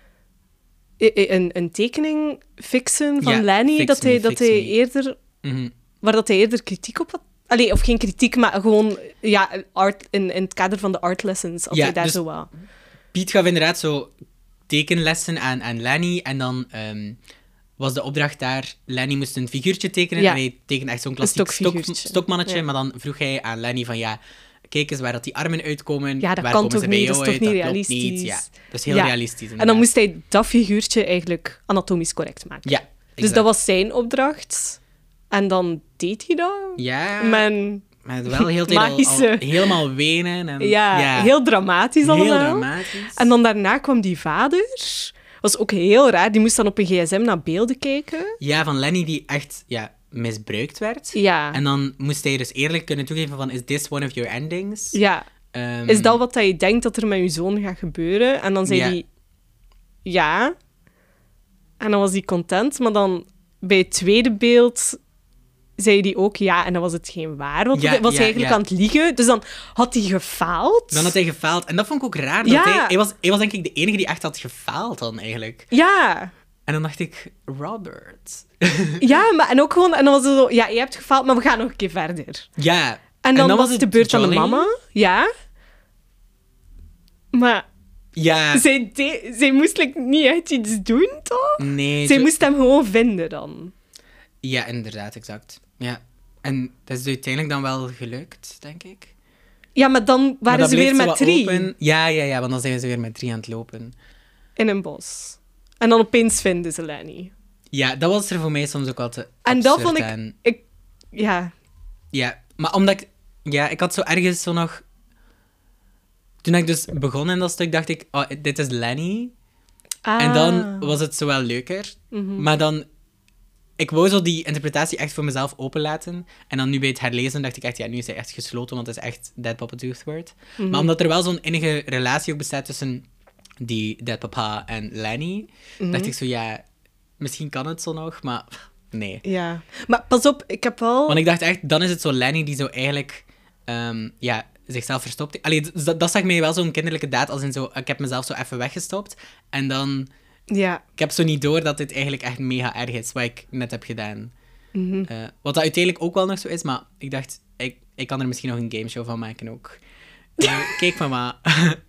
een, een tekening fixen van ja, Lenny, fix dat, me, hij, dat hij eerder... Mm-hmm. Waar dat hij eerder kritiek op had. Allee, of geen kritiek, maar gewoon ja, art, in, in het kader van de art lessons. Als ja, hij daar dus zo wat... Piet gaf inderdaad zo tekenlessen aan, aan Lenny. En dan um, was de opdracht daar... Lenny moest een figuurtje tekenen. Ja. En hij tekende echt zo'n klassiek stok, stokmannetje. Ja. Maar dan vroeg hij aan Lenny van... ja, kijk eens waar dat die armen uitkomen. Ja, dat waar kan komen toch ze bij niet? jou Dat is toch uit? niet dat klopt realistisch? niet. Ja, dat is heel ja. realistisch. Inderdaad. En dan moest hij dat figuurtje eigenlijk anatomisch correct maken. Ja, exact. Dus dat was zijn opdracht. En dan deed hij dat. Ja. Mijn... Maar wel heel tijd al, al helemaal wenen. En, ja, ja, heel dramatisch allemaal. Heel dramatisch. En dan daarna kwam die vader. Was ook heel raar. Die moest dan op een gsm naar beelden kijken. Ja, van Lenny die echt ja, misbruikt werd. Ja. En dan moest hij dus eerlijk kunnen toegeven van... Is this one of your endings? Ja. Um, is dat wat je denkt dat er met je zoon gaat gebeuren? En dan zei ja. hij... Ja. En dan was hij content. Maar dan bij het tweede beeld... zei hij ook ja, en dan was het geen waar. Want ja, hij was ja, eigenlijk ja. aan het liegen. Dus dan had hij gefaald. Dan had hij gefaald. En dat vond ik ook raar. Dat ja. hij, hij, was, hij was denk ik de enige die echt had gefaald dan, eigenlijk. Ja. En dan dacht ik, Robert. ja, maar en ook gewoon... En dan was het zo... Ja, je hebt gefaald, maar we gaan nog een keer verder. Ja. En dan, en dan was het de beurt aan de mama. Ja. Maar... Ja. Zij, de, zij moest like, niet echt iets doen, toch? Nee. Zij zo... moest hem gewoon vinden, dan. Ja, inderdaad, exact. Ja. En dat is uiteindelijk dan wel gelukt, denk ik. Ja, maar dan waren maar ze weer met drie. Open. Ja, ja, ja, want dan zijn ze weer met drie aan het lopen. In een bos. En dan opeens vinden ze Lenny. Ja, dat was er voor mij soms ook wel te En dat vond ik... En... ik... Ja. Ja, maar omdat ik... Ja, ik had zo ergens zo nog... Toen ik dus begon in dat stuk, dacht ik, oh, dit is Lenny. Ah. En dan was het zo wel leuker. Mm-hmm. Maar dan... Ik wou zo die interpretatie echt voor mezelf openlaten. En dan nu bij het herlezen dacht ik echt, ja, nu is hij echt gesloten, want het is echt Dead Papa Toothwort. Mm-hmm. Maar omdat er wel zo'n innige relatie ook bestaat tussen die Dead Papa en Lenny, Mm-hmm. dacht ik zo, ja, misschien kan het zo nog, maar nee. Ja. Maar pas op, ik heb wel... Want ik dacht echt, dan is het zo Lenny die zo eigenlijk, um, ja, zichzelf verstopt. Allee, dat, dat zag mij wel zo'n kinderlijke daad, als in zo, ik heb mezelf zo even weggestopt. En dan, Ja. ik heb zo niet door dat dit eigenlijk echt mega erg is, wat ik net heb gedaan. Mm-hmm. Uh, wat dat uiteindelijk ook wel nog zo is, maar ik dacht, ik, ik kan er misschien nog een gameshow van maken ook. Uh, kijk mama.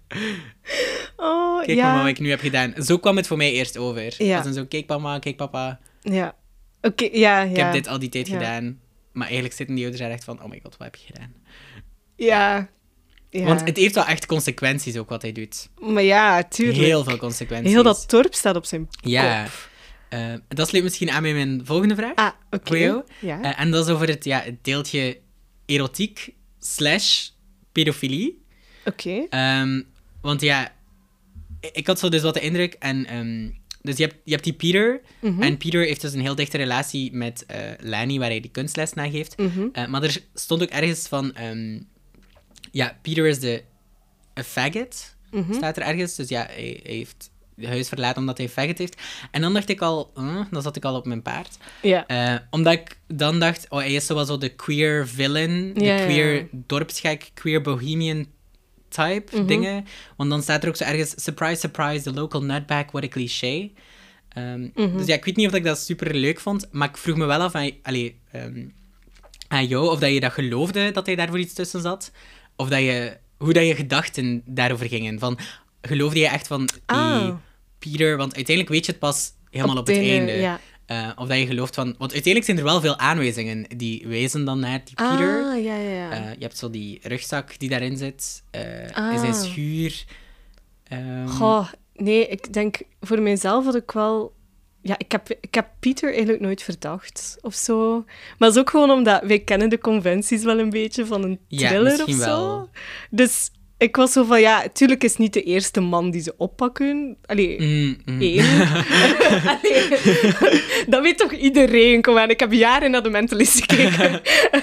Oh, Kijk ja. mama wat ik nu heb gedaan. Zo kwam het voor mij eerst over. Ja. Als in zo, kijk mama, kijk papa. Ja. Oké, ja, ja. Ik heb dit al die tijd Ja. gedaan. Maar eigenlijk zitten die ouders daar echt van, oh my god, wat heb je gedaan? Ja. Ja. Want het heeft wel echt consequenties ook wat hij doet. Maar ja, tuurlijk. Heel veel consequenties. Heel dat dorp staat op zijn Ja. kop. Uh, dat sluit misschien aan bij mijn volgende vraag. Ah, oké. Voor jou. Ja. Uh, en dat is over het, ja, het deeltje erotiek slash pedofilie. Oké. Um, want ja, ik had zo dus wat de indruk. En, um, dus je hebt, je hebt die Peter. Mhm. En Peter heeft dus een heel dichte relatie met uh, Lenny, waar hij die kunstles na geeft. Mhm. Uh, maar er stond ook ergens van... Um, ja, Peter is de a faggot, Mhm. staat er ergens. Dus ja, hij, hij heeft het huis verlaten omdat hij faggot heeft. En dan dacht ik al... Uh, dan zat ik al op mijn paard. Ja. Uh, omdat ik dan dacht... Oh, hij is zo wel zo de queer villain. De Ja, ja, queer ja. dorpsgek, queer bohemian type Mhm. dingen. Want dan staat er ook zo ergens... Surprise, surprise, the local nutbag, what a cliché. Um, Mhm. Dus ja, ik weet niet of ik dat super leuk vond. Maar ik vroeg me wel af aan, allee, um, aan jou of dat je dat geloofde dat hij daarvoor iets tussen zat. Of dat je, hoe dat je gedachten daarover gingen. Van, geloofde je echt van die Ah. Peter? Want uiteindelijk weet je het pas helemaal op, het einde. Ja. Uh, of dat je gelooft van... Want uiteindelijk zijn er wel veel aanwijzingen die wijzen dan naar die Peter. Ah, ja, ja, ja. Uh, je hebt zo die rugzak die daarin zit. Uh, Ah. in zijn schuur. Um, Goh, nee, ik denk voor mijzelf had ik wel... Ja, ik heb, ik heb Pieter eigenlijk nooit verdacht, of zo. Maar dat is ook gewoon omdat wij kennen de conventies wel een beetje van een Ja, thriller of misschien zo. wel. Dus ik was zo van, ja, tuurlijk is niet de eerste man die ze oppakken. Allee, mm, mm. één. Allee, dat weet toch iedereen? Kom aan, ik heb jaren naar de Mentalist gekeken.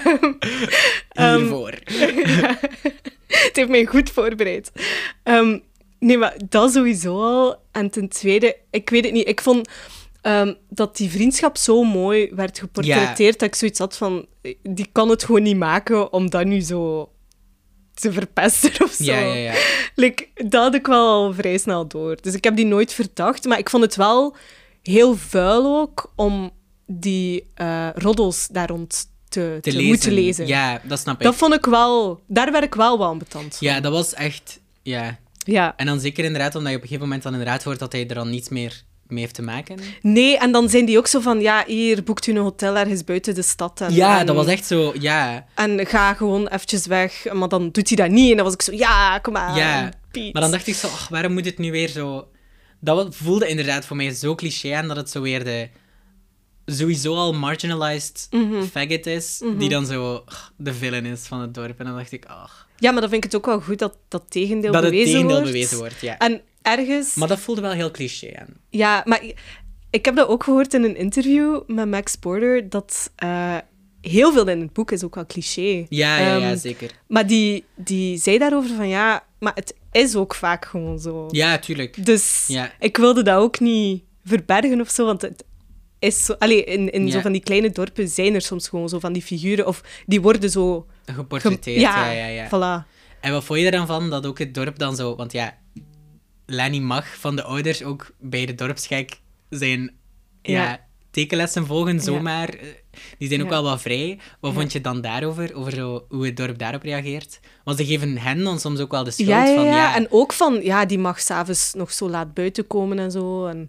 Um, Hiervoor. Ja, het heeft mij goed voorbereid. Um, nee, maar dat sowieso al. En ten tweede, ik weet het niet, ik vond um, dat die vriendschap zo mooi werd geportretteerd, Ja. dat ik zoiets had van, die kan het gewoon niet maken om dat nu zo te verpesten of zo. Ja, ja, ja. Like, dat had ik wel al vrij snel door. Dus ik heb die nooit verdacht, maar ik vond het wel heel vuil ook om die uh, roddels daar rond te, Te te lezen. moeten lezen. Ja, dat snap ik. Dat vond ik wel... Daar werd ik wel wel ambetant van. Ja, dat was echt... Ja. Ja. En dan zeker inderdaad, omdat je op een gegeven moment dan inderdaad hoort dat hij er dan niets meer mee heeft te maken. Nee, en dan zijn die ook zo van... Ja, hier, boekt u een hotel ergens buiten de stad. En, Ja, en, dat was echt zo... Ja. En ga gewoon eventjes weg. Maar dan doet hij dat niet. En dan was ik zo... Ja, kom aan, Ja. Piet. Maar dan dacht ik zo... ach, waarom moet het nu weer zo... Dat wa- voelde inderdaad voor mij zo cliché aan dat het zo weer de... Sowieso al marginalized Mhm. faggot is, Mhm. die dan zo ach, de villain is van het dorp. En dan dacht ik, ach... Ja, maar dan vind ik het ook wel goed dat dat tegendeel Dat het bewezen tegendeel wordt. bewezen wordt, ja. En ergens... Maar dat voelde wel heel cliché aan. Ja, maar ik heb dat ook gehoord in een interview met Max Porter, dat uh, heel veel in het boek is ook wel cliché. Ja, ja, ja, Um, zeker. Maar die, die zei daarover van, ja, maar het is ook vaak gewoon zo. Ja, tuurlijk. Dus Ja. ik wilde dat ook niet verbergen of zo, want het is zo... Allee, in, in Ja. zo van die kleine dorpen zijn er soms gewoon zo van die figuren, of die worden zo... Geportretteerd, gem- ja, ja, ja. Voilà. En wat vond je er dan van, dat ook het dorp dan zo... Want ja, Lenny mag van de ouders ook bij de dorpsgek zijn ja. Ja. tekenlessen volgen, zomaar. Eh, Die zijn ook Ja. wel wat vrij. Wat Ja. vond je dan daarover? Over zo, hoe het dorp daarop reageert? Want ze geven hen dan soms ook wel de schuld Ja, ja, van... ja, Ja, en ook van, ja, die mag s'avonds nog zo laat buiten komen en zo. En,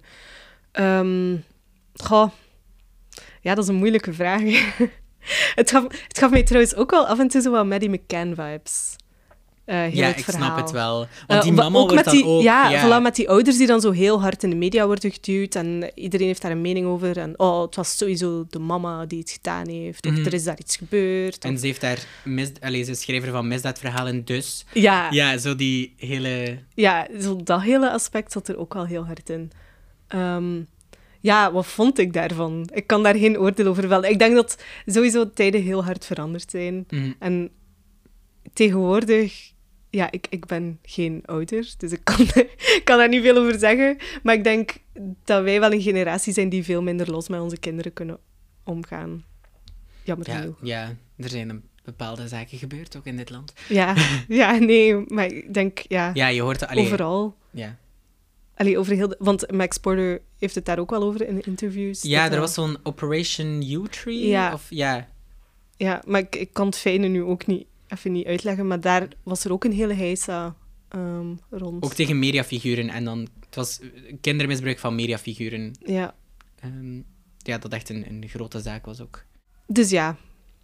um, goh. Ja, dat is een moeilijke vraag. het, gaf, het gaf mij trouwens ook wel af en toe zo wat Maddie McCann-vibes. Uh, heel ja, het ik verhaal. snap het wel. Want Uh, die mama ook wordt met dan die, ook... Ja, Ja, voilà, met die ouders die dan zo heel hard in de media worden geduwd en iedereen heeft daar een mening over. En oh, het was sowieso de mama die het gedaan heeft. Of Mhm. er is daar iets gebeurd. En Of... ze heeft daar... Mis... Allee, ze is schrijver van misdaadverhalen, dus... Ja, ja. Ja, zo die hele... ja, zo dat hele aspect zat er ook al heel hard in. Um, ja, wat vond ik daarvan? Ik kan daar geen oordeel over vellen. Ik denk dat sowieso tijden heel hard veranderd zijn. Mhm. En tegenwoordig... Ja, ik, ik ben geen ouder, dus ik kan, ik kan daar niet veel over zeggen. Maar ik denk dat wij wel een generatie zijn die veel minder los met onze kinderen kunnen omgaan. Jammer Ja, genoeg. ja, er zijn een bepaalde zaken gebeurd, ook in dit land. Ja, ja, nee, maar ik denk, ja, Ja, je hoort... Allee, overal. Ja. Allee, over heel de- want Max Porter heeft het daar ook wel over in interviews. Ja, dat er dat- was zo'n Operation U-Tree. Ja. Of, ja. Ja, maar ik, ik kan het fijne nu ook niet, even niet uitleggen, maar daar was er ook een hele heisa um, rond. Ook tegen mediafiguren. En dan... Het was kindermisbruik van mediafiguren. Ja, Ehm, ja, dat echt een, een grote zaak was ook. dus ja.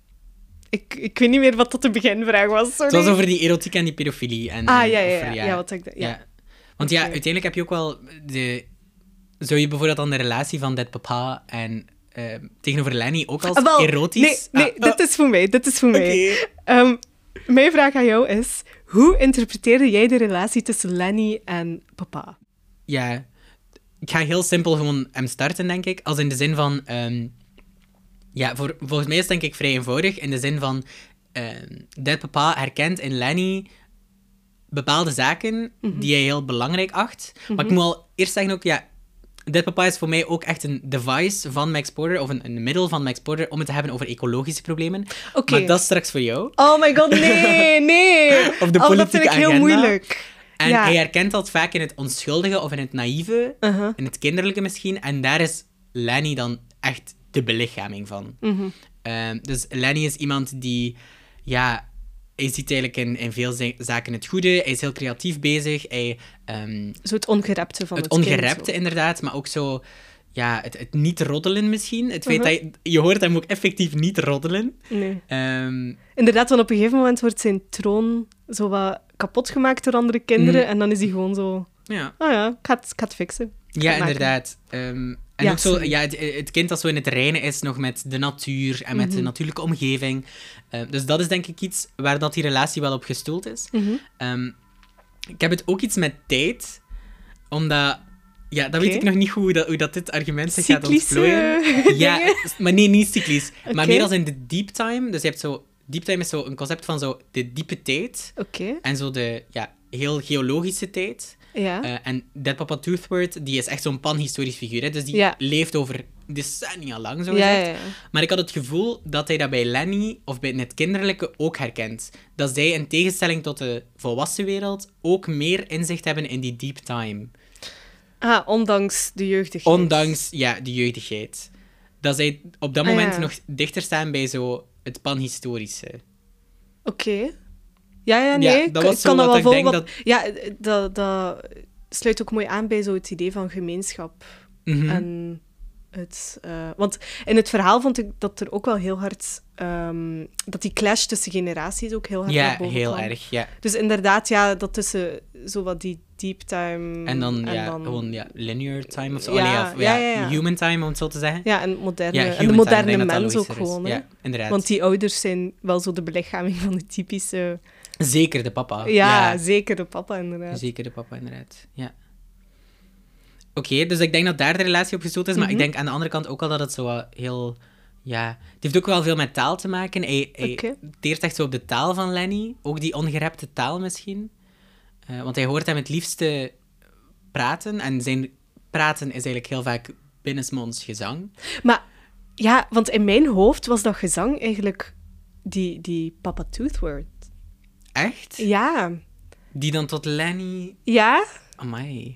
Ik, ik weet niet meer wat tot de beginvraag was, sorry. Het was over die erotiek en die pedofilie. En, Ah, en ja, ja, over- ja. Ja, wat ik... Ja. Ja. Want ja, Oké. uiteindelijk heb je ook wel de... Zou je bijvoorbeeld dan de relatie van Dead Papa en ehm, tegenover Lenny ook als Ah, wel, erotisch... Nee, nee Ah, dit is voor mij. Dit is voor oké. mij. Um, mijn vraag aan jou is... Hoe interpreteerde jij de relatie tussen Lenny en papa? Ja, ik ga heel simpel gewoon hem starten, denk ik. Als in de zin van... ehm, ja, voor, volgens mij is het denk ik vrij eenvoudig. In de zin van... ehm Dead Papa herkent in Lenny bepaalde zaken Mhm. die hij heel belangrijk acht. Maar ik Mhm. moet wel eerst zeggen ook... Ja, Dead Papa is voor mij ook echt een device van Max Porter, of een, een middel van Max Porter, om het te hebben over ecologische problemen. Oké. Maar dat is straks voor jou. Oh my god, nee, nee. Of de Oh, dat politieke vind ik heel agenda. moeilijk. En Ja. hij herkent dat vaak in het onschuldige of in het naïeve, Uh-huh. in het kinderlijke misschien. En daar is Lenny dan echt de belichaming van. Mhm. Ehm, dus Lenny is iemand die, ja, hij ziet eigenlijk in, in veel za- zaken het goede. Hij is heel creatief bezig. Hij, ehm, Zo het ongerepte van het, het kind, ongerepte zo. inderdaad, maar ook zo, ja, het, het niet roddelen misschien. Het feit Mhm. dat je, je hoort hem ook effectief niet roddelen. Nee. Ehm, Inderdaad, want op een gegeven moment wordt zijn troon zo wat kapot gemaakt door andere kinderen. Mhm. En dan is hij gewoon zo... ja. Oh ja, ik ga het, ik ga het fixen. Ja, maken. inderdaad. Ehm, en Ja, ook zo, sorry. ja, het, het kind dat zo in het reinen is nog met de natuur en met de Mhm. natuurlijke omgeving. Ehm, dus dat is denk ik iets waar dat die relatie wel op gestoeld is. Mhm. Ehm, ik heb het ook iets met tijd, omdat... Ja, dat Oké. weet ik nog niet goed hoe dat, hoe dat dit argument zich gaat Cyclische ontplooien. Ja, dingen? maar nee, niet cyclisch. Maar Oké. meer als in de deep time. Dus je hebt zo... Deep time is zo een concept van zo de diepe tijd Oké, en zo de ja, heel geologische tijd. ja. Eh, en Dead Papa Toothwort, die is echt zo'n panhistorisch figuur. Hè? Dus die Ja. leeft over decennia lang, zo ja, gezegd. ja, ja. Maar ik had het gevoel dat hij dat bij Lenny, of bij het kinderlijke, ook herkent. Dat zij, in tegenstelling tot de volwassen wereld, ook meer inzicht hebben in die deep time. Ah, ondanks de jeugdigheid. Ondanks ja, de jeugdigheid. Dat zij op dat Ah, moment ja. nog dichter staan bij zo het panhistorische. Oké. Ja, ja, nee. Ja, dat ik- was ik zo kan dat wat wel ik denk volgen. dat... Ja, dat, dat sluit ook mooi aan bij zo het idee van gemeenschap. Mhm. En het, eh, want in het verhaal vond ik dat er ook wel heel hard... ehm, dat die clash tussen generaties ook heel hard naar Ja, boven heel kwam. erg, ja. Dus inderdaad, ja, dat tussen zo wat die deep time... En dan, ja, gewoon ja, linear time of zo. Ja, Oh, nee, of, ja, ja, ja, ja. human time, om het zo te zeggen. Ja, en, moderne, Ja, en de human time, ik moderne denk dat dat mens ook logischer is. gewoon. Hè? Ja, inderdaad. Want die ouders zijn wel zo de belichaming van de typische... Zeker de papa. Ja, zeker de papa, inderdaad. Zeker de papa, inderdaad. Ja. Oké, dus ik denk dat daar de relatie op gestoeld is. Maar Mhm. ik denk aan de andere kant ook wel dat het zo wat heel... Ja, het heeft ook wel veel met taal te maken. Hij, hij Oké. teert echt zo op de taal van Lenny. Ook die ongerepte taal misschien. Eh, want hij hoort hem het liefste praten. En zijn praten is eigenlijk heel vaak binnensmonds gezang. Maar ja, want in mijn hoofd was dat gezang eigenlijk die, die Papa Toothwort. Echt? Ja. Die dan tot Lenny... Ja? Amai.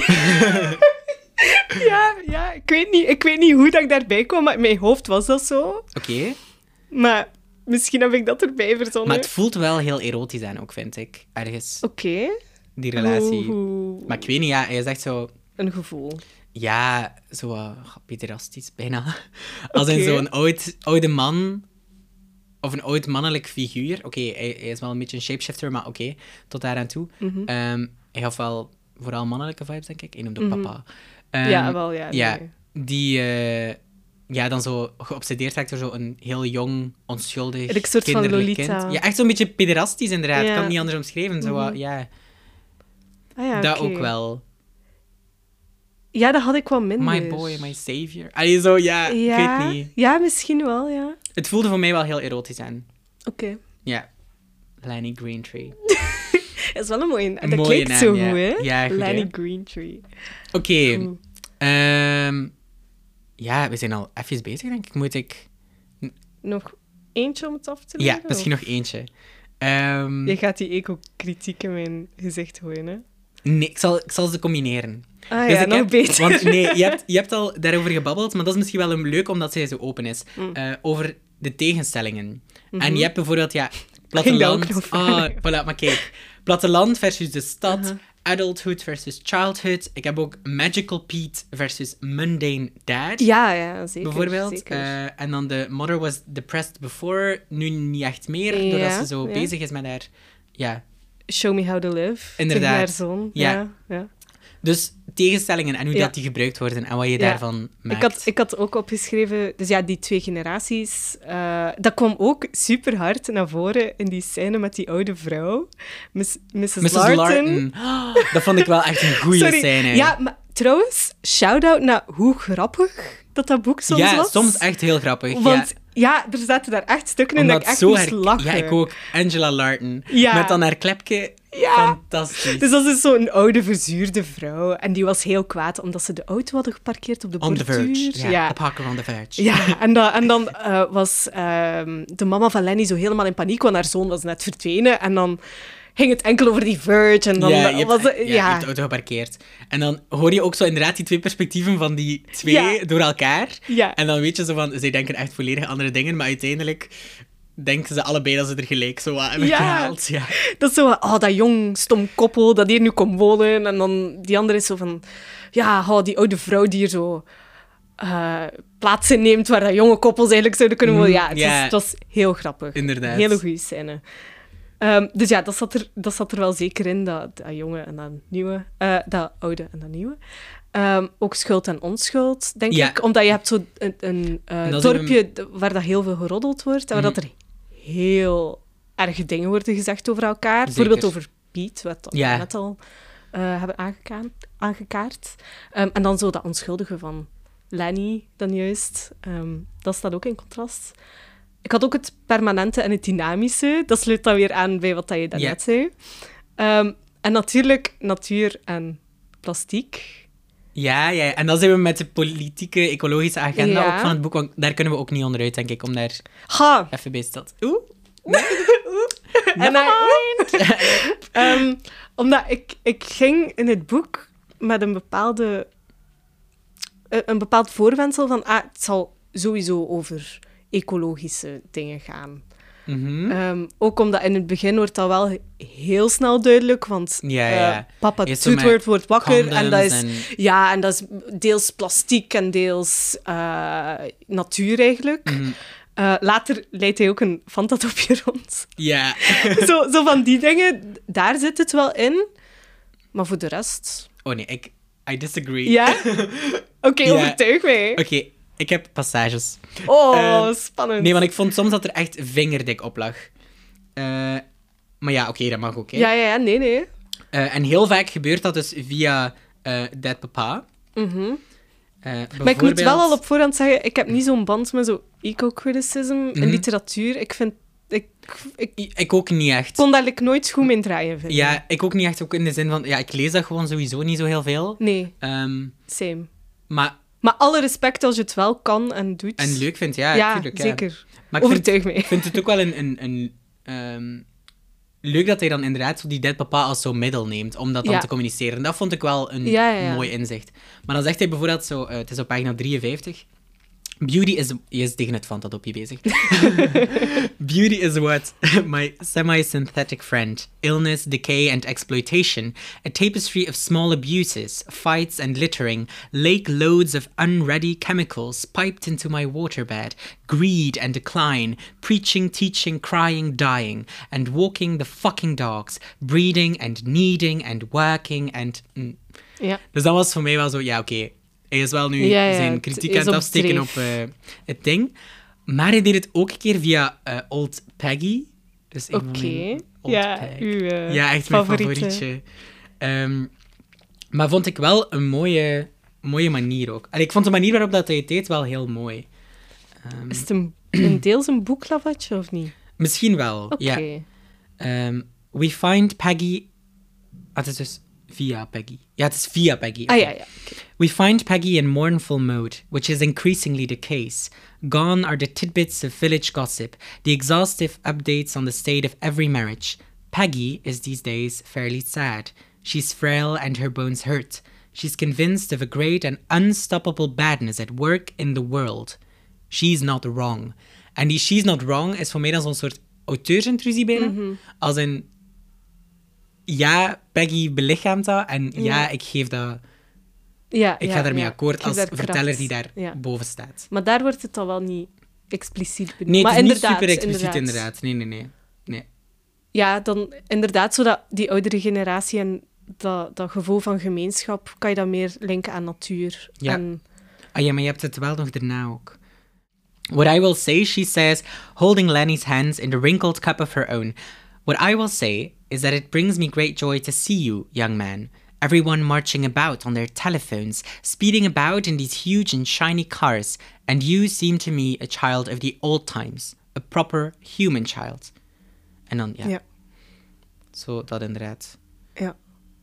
Ja, ja. Ik weet niet, ik weet niet hoe dat ik daarbij kwam, maar in mijn hoofd was dat zo. Oké. Maar misschien heb ik dat erbij verzonnen. Maar het voelt wel heel erotisch aan ook, vind ik. Ergens, Oké. die relatie. Hoe- hoe- Maar ik weet niet, ja, hij is echt zo... Een gevoel. Ja, zo uh, pederastisch bijna. Als in Oké. zo'n oud, oude man of een oud mannelijk figuur. Oké, okay, hij, hij is wel een beetje een shapeshifter, maar oké, okay, tot daar aan toe. Mm-hmm. Um, hij gaf wel vooral mannelijke vibes, denk ik. Hij noemde mm-hmm. papa. Um, ja, wel, ja. Ja, nee. die uh, ja, dan zo geobsedeerd raakt door zo'n heel jong, onschuldig, een soort kinderlijk van Lolita. kind. Ja, echt zo'n beetje pederastisch, inderdaad. Ik ja. kan het niet anders omschrijven. Zo, mm-hmm. ja. Ah, ja, dat okay. ook wel. Ja, dat had ik wel minder. My boy, my savior. Allee, zo, ja, ja. ik weet niet. Ja, misschien wel, ja. Het voelde voor mij wel heel erotisch aan. Oké. Okay. Ja. Lenny Greentree. Dat is wel een mooie naam. Dat mooie klinkt naam, zo ja. goed, hè? Ja, goed, Lenny hè? Greentree. Oké. Okay. Um, ja, we zijn al even bezig, denk ik. Moet ik... Nog eentje om het af te leggen? Ja, misschien of? nog eentje. Um... Je gaat die eco-kritiek in mijn gezicht gooien, hè? Nee, ik zal, ik zal ze combineren. Ah dus ja, ik nog heb, beter. Want nee, je hebt, je hebt al daarover gebabbeld, maar dat is misschien wel een leuk omdat zij zo open is. Mm. Uh, over de tegenstellingen. Mm-hmm. En je hebt bijvoorbeeld, ja, platteland... Oh, voilà, maar kijk. Platteland versus de stad, uh-huh. adulthood versus childhood. Ik heb ook Magical Pete versus Mundane Dad. Ja, ja, zeker. Bijvoorbeeld. Zeker. Uh, en dan de mother was depressed before, nu niet echt meer, ja, doordat ze zo ja. bezig is met haar... Ja. Show me how to live. Inderdaad. Haar zoon. Ja. Ja, ja. Dus tegenstellingen en hoe ja. dat die gebruikt worden en wat je ja. daarvan maakt. Ik had, ik had ook opgeschreven, dus ja, die twee generaties, uh, dat kwam ook super hard naar voren in die scène met die oude vrouw, Miss, missus missus Larton. Larton. Oh, dat vond ik wel echt een goede scène. Ja, maar trouwens, shout-out naar hoe grappig dat dat boek soms ja, was. Ja, soms echt heel grappig. Want ja. Ja, er zaten daar echt stukken in Omdat dat ik echt zo moest her... lachen. Ja, ik ook. Angela Larton. Ja. Met dan haar klepje. Ja. Fantastisch. Dus dat is zo'n oude, verzuurde vrouw. En die was heel kwaad, omdat ze de auto hadden geparkeerd op de on borduur. On the verge. Ja, ja. The parker on the verge. Ja, en, da, en dan uh, was uh, de mama van Lenny zo helemaal in paniek, want haar zoon was net verdwenen. En dan ging het enkel over die verge. En dan ja, je hebt, was het... Ja, ja. je hebt de auto geparkeerd. En dan hoor je ook zo inderdaad die twee perspectieven van die twee ja. door elkaar. Ja. En dan weet je zo van, zij denken echt volledig andere dingen, maar uiteindelijk denken ze allebei dat ze er gelijk zo wat hebben ja. gehaald. Ja, dat is zo, oh, dat jong, stom koppel dat hier nu komt wonen. En dan die andere is zo van, ja, oh, die oude vrouw die hier zo uh, plaats inneemt waar dat jonge koppels eigenlijk zouden kunnen wonen. Ja, het, ja. Was, het was heel grappig. Inderdaad. Hele goede scène. Um, dus ja, dat zat, er, dat zat er wel zeker in, dat, dat jonge en dat nieuwe. Uh, dat oude en dat nieuwe. Um, ook schuld en onschuld, denk ja. ik. Omdat je hebt zo een, een uh, dorpje een... waar dat heel veel geroddeld wordt. En waar mm. dat er heel erge dingen worden gezegd over elkaar. Zeker. Bijvoorbeeld over Piet, wat we ja. net al uh, hebben aangekaart. aangekaart. Um, en dan zo dat onschuldige van Lenny, dan juist. Um, dat staat ook in contrast. Ik had ook het permanente en het dynamische. Dat sluit dan weer aan bij wat je daarnet ja. zei. Um, en natuurlijk natuur en plastiek. Ja, ja, en dan zijn we met de politieke, ecologische agenda ja. ook van het boek. Want daar kunnen we ook niet onderuit, denk ik, om daar ha. even bij te staan. Oeh. En hij... um, omdat ik, ik ging in het boek met een bepaalde... Een bepaald voorwendsel van... Ah, het zal sowieso over ecologische dingen gaan. Mm-hmm. Um, ook omdat in het begin wordt dat wel heel snel duidelijk, want ja, ja. Uh, papa Toetwoord wordt wakker en dat, is, en... ja, en dat is deels plastiek en deels uh, natuur eigenlijk. Mm-hmm. Uh, later leidt hij ook een Fanta-topje rond. Ja. zo, zo van die dingen, daar zit het wel in. Maar voor de rest... Oh nee, ik... I disagree. Ja? Oké, okay, ja. overtuig mij. Oké. Okay. Ik heb passages. Oh, uh, spannend. Nee, want ik vond soms dat er echt vingerdik op lag. Uh, maar ja, oké, okay, dat mag ook. Hè. Ja, ja, ja, nee, nee. Uh, en heel vaak gebeurt dat dus via uh, Dead Papa. Mm-hmm. Uh, bijvoorbeeld... Maar ik moet wel al op voorhand zeggen, ik heb niet zo'n band met zo eco-criticism mm-hmm. in literatuur. Ik vind... Ik, ik, ik ook niet echt. Ik kon daar like, nooit goed mee draaien, vinden. Ja, ik ook niet echt. Ook in de zin van... Ja, ik lees dat gewoon sowieso niet zo heel veel. Nee. Um, Same. Maar... Maar alle respect als je het wel kan en doet. En leuk vindt, ja. Ja, tuurlijk, zeker. Ja. Maar overtuig me. Ik vind het ook wel een... een, een um, leuk dat hij dan inderdaad zo die Dead Papa als zo'n middel neemt om dat dan ja. te communiceren. Dat vond ik wel een ja, ja, ja. mooi inzicht. Maar dan zegt hij bijvoorbeeld zo... Uh, het is op pagina drieënvijftig. Beauty is... Je is tegen het fantadopje bezig. Beauty is what my semi-synthetic friend, illness, decay and exploitation, a tapestry of small abuses, fights and littering, lake loads of unready chemicals piped into my waterbed, greed and decline, preaching, teaching, crying, dying, and walking the fucking dogs, breeding and needing and working and... Mm. Ja. Dus dat was voor mij wel zo, ja oké, okay, hij is wel nu ja, ja, zijn kritiek het aan het afsteken op uh, het ding. Maar hij deed het ook een keer via uh, Old Peggy. Dus Oké. Okay. Ja, Peg. uw uh, ja, echt favoriete. mijn favorietje. Um, maar vond ik wel een mooie, mooie manier ook. En ik vond de manier waarop dat hij het deed wel heel mooi. Um, is het een, een deels een boeklavatje of niet? Misschien wel, Oké. Okay. Ja. Um, we find Peggy... Ah, het is dus... Via Peggy. Ja, het is via Peggy. Okay. Ah ja, ja. Okay. We find Peggy in mournful mode, which is increasingly the case. Gone are the tidbits of village gossip, the exhaustive updates on the state of every marriage. Peggy is these days fairly sad. She's frail and her bones hurt. She's convinced of a great and unstoppable badness at work in the world. She's not wrong. En die she's not wrong is voor mij dan zo'n soort auteursintrusie bijna. Mm-hmm. Als een... Ja, Peggy belichaamt dat en ja, ja ik geef dat... Ja, ik ja, ga daarmee ja. akkoord als verteller kracht. die daar ja. boven staat. Maar daar wordt het dan wel niet expliciet benoemd. Nee, het maar is inderdaad, niet super expliciet inderdaad. inderdaad. Nee, nee, nee, nee. Ja, dan inderdaad, zodat die oudere generatie en dat, dat gevoel van gemeenschap, kan je dat meer linken aan natuur. Ja. En... Ah ja, maar je hebt het wel nog daarna ook. What I will say, she says, holding Lenny's hands in the wrinkled cup of her own. What I will say is that it brings me great joy to see you, young man. Everyone marching about on their telephones, speeding about in these huge and shiny cars, and you seem to me a child of the old times, a proper human child. En dan, ja. ja. Zo, dat inderdaad. Ja.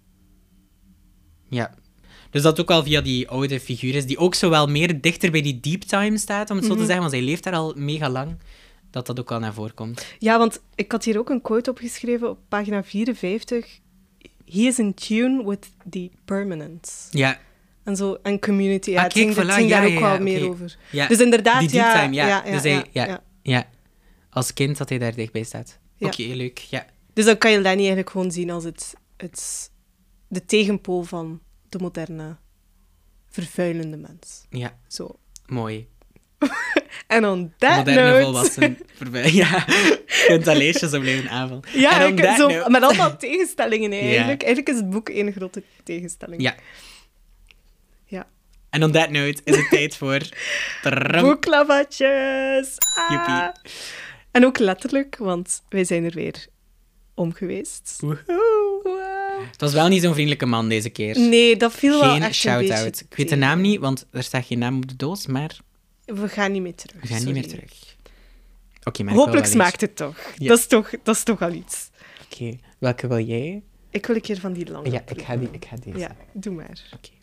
Ja. Dus dat ook al via die oude figuur is, die ook zo wel meer dichter bij die deep time staat, om het mm-hmm. zo te zeggen, want hij leeft daar al mega lang, dat dat ook al naar voren komt. Ja, want ik had hier ook een quote opgeschreven op pagina vierenvijftig. He is in tune with the permanence. Ja. En zo, en community. Ja, ah, het kijk, ging, voilà, het ging ja, daar ook ja, wel ja, meer okay. over. Ja. Dus inderdaad, die deep ja, time, ja. ja, ja, dus hij, ja, ja, ja. ja. Als kind dat hij daar dichtbij staat. Ja. Oké, okay, leuk, ja. Dus dan kan je Lenny eigenlijk gewoon zien als het, het, de tegenpool van de moderne, vervuilende mens. Ja. Zo. Mooi. En on that moderne note... volwassen voorbij. Ja, je kunt dat leesje zo blijven aanvullen. Ja, en ik, zo, note... met allemaal tegenstellingen hè, eigenlijk. Yeah. Eigenlijk is het boek één grote tegenstelling. Ja. Ja. En on that note is het tijd voor... Boeklavatjes! Ah. Joepie. En ook letterlijk, want wij zijn er weer om geweest. Woehoe. Wow. Het was wel niet zo'n vriendelijke man deze keer. Nee, dat viel geen wel echt shout-out. een beetje Ik weet de naam niet, want er staat geen naam op de doos, maar... We gaan niet meer terug. We gaan sorry. niet meer terug. Oké, okay, maar hopelijk smaakt iets. het toch. Ja. Dat, is toch. dat is toch al iets. Oké, okay. Welke wil jij? Ik wil een keer van die lange. Ja, ik ga, die, ik ga deze. Ja, doe maar. Oké. Okay.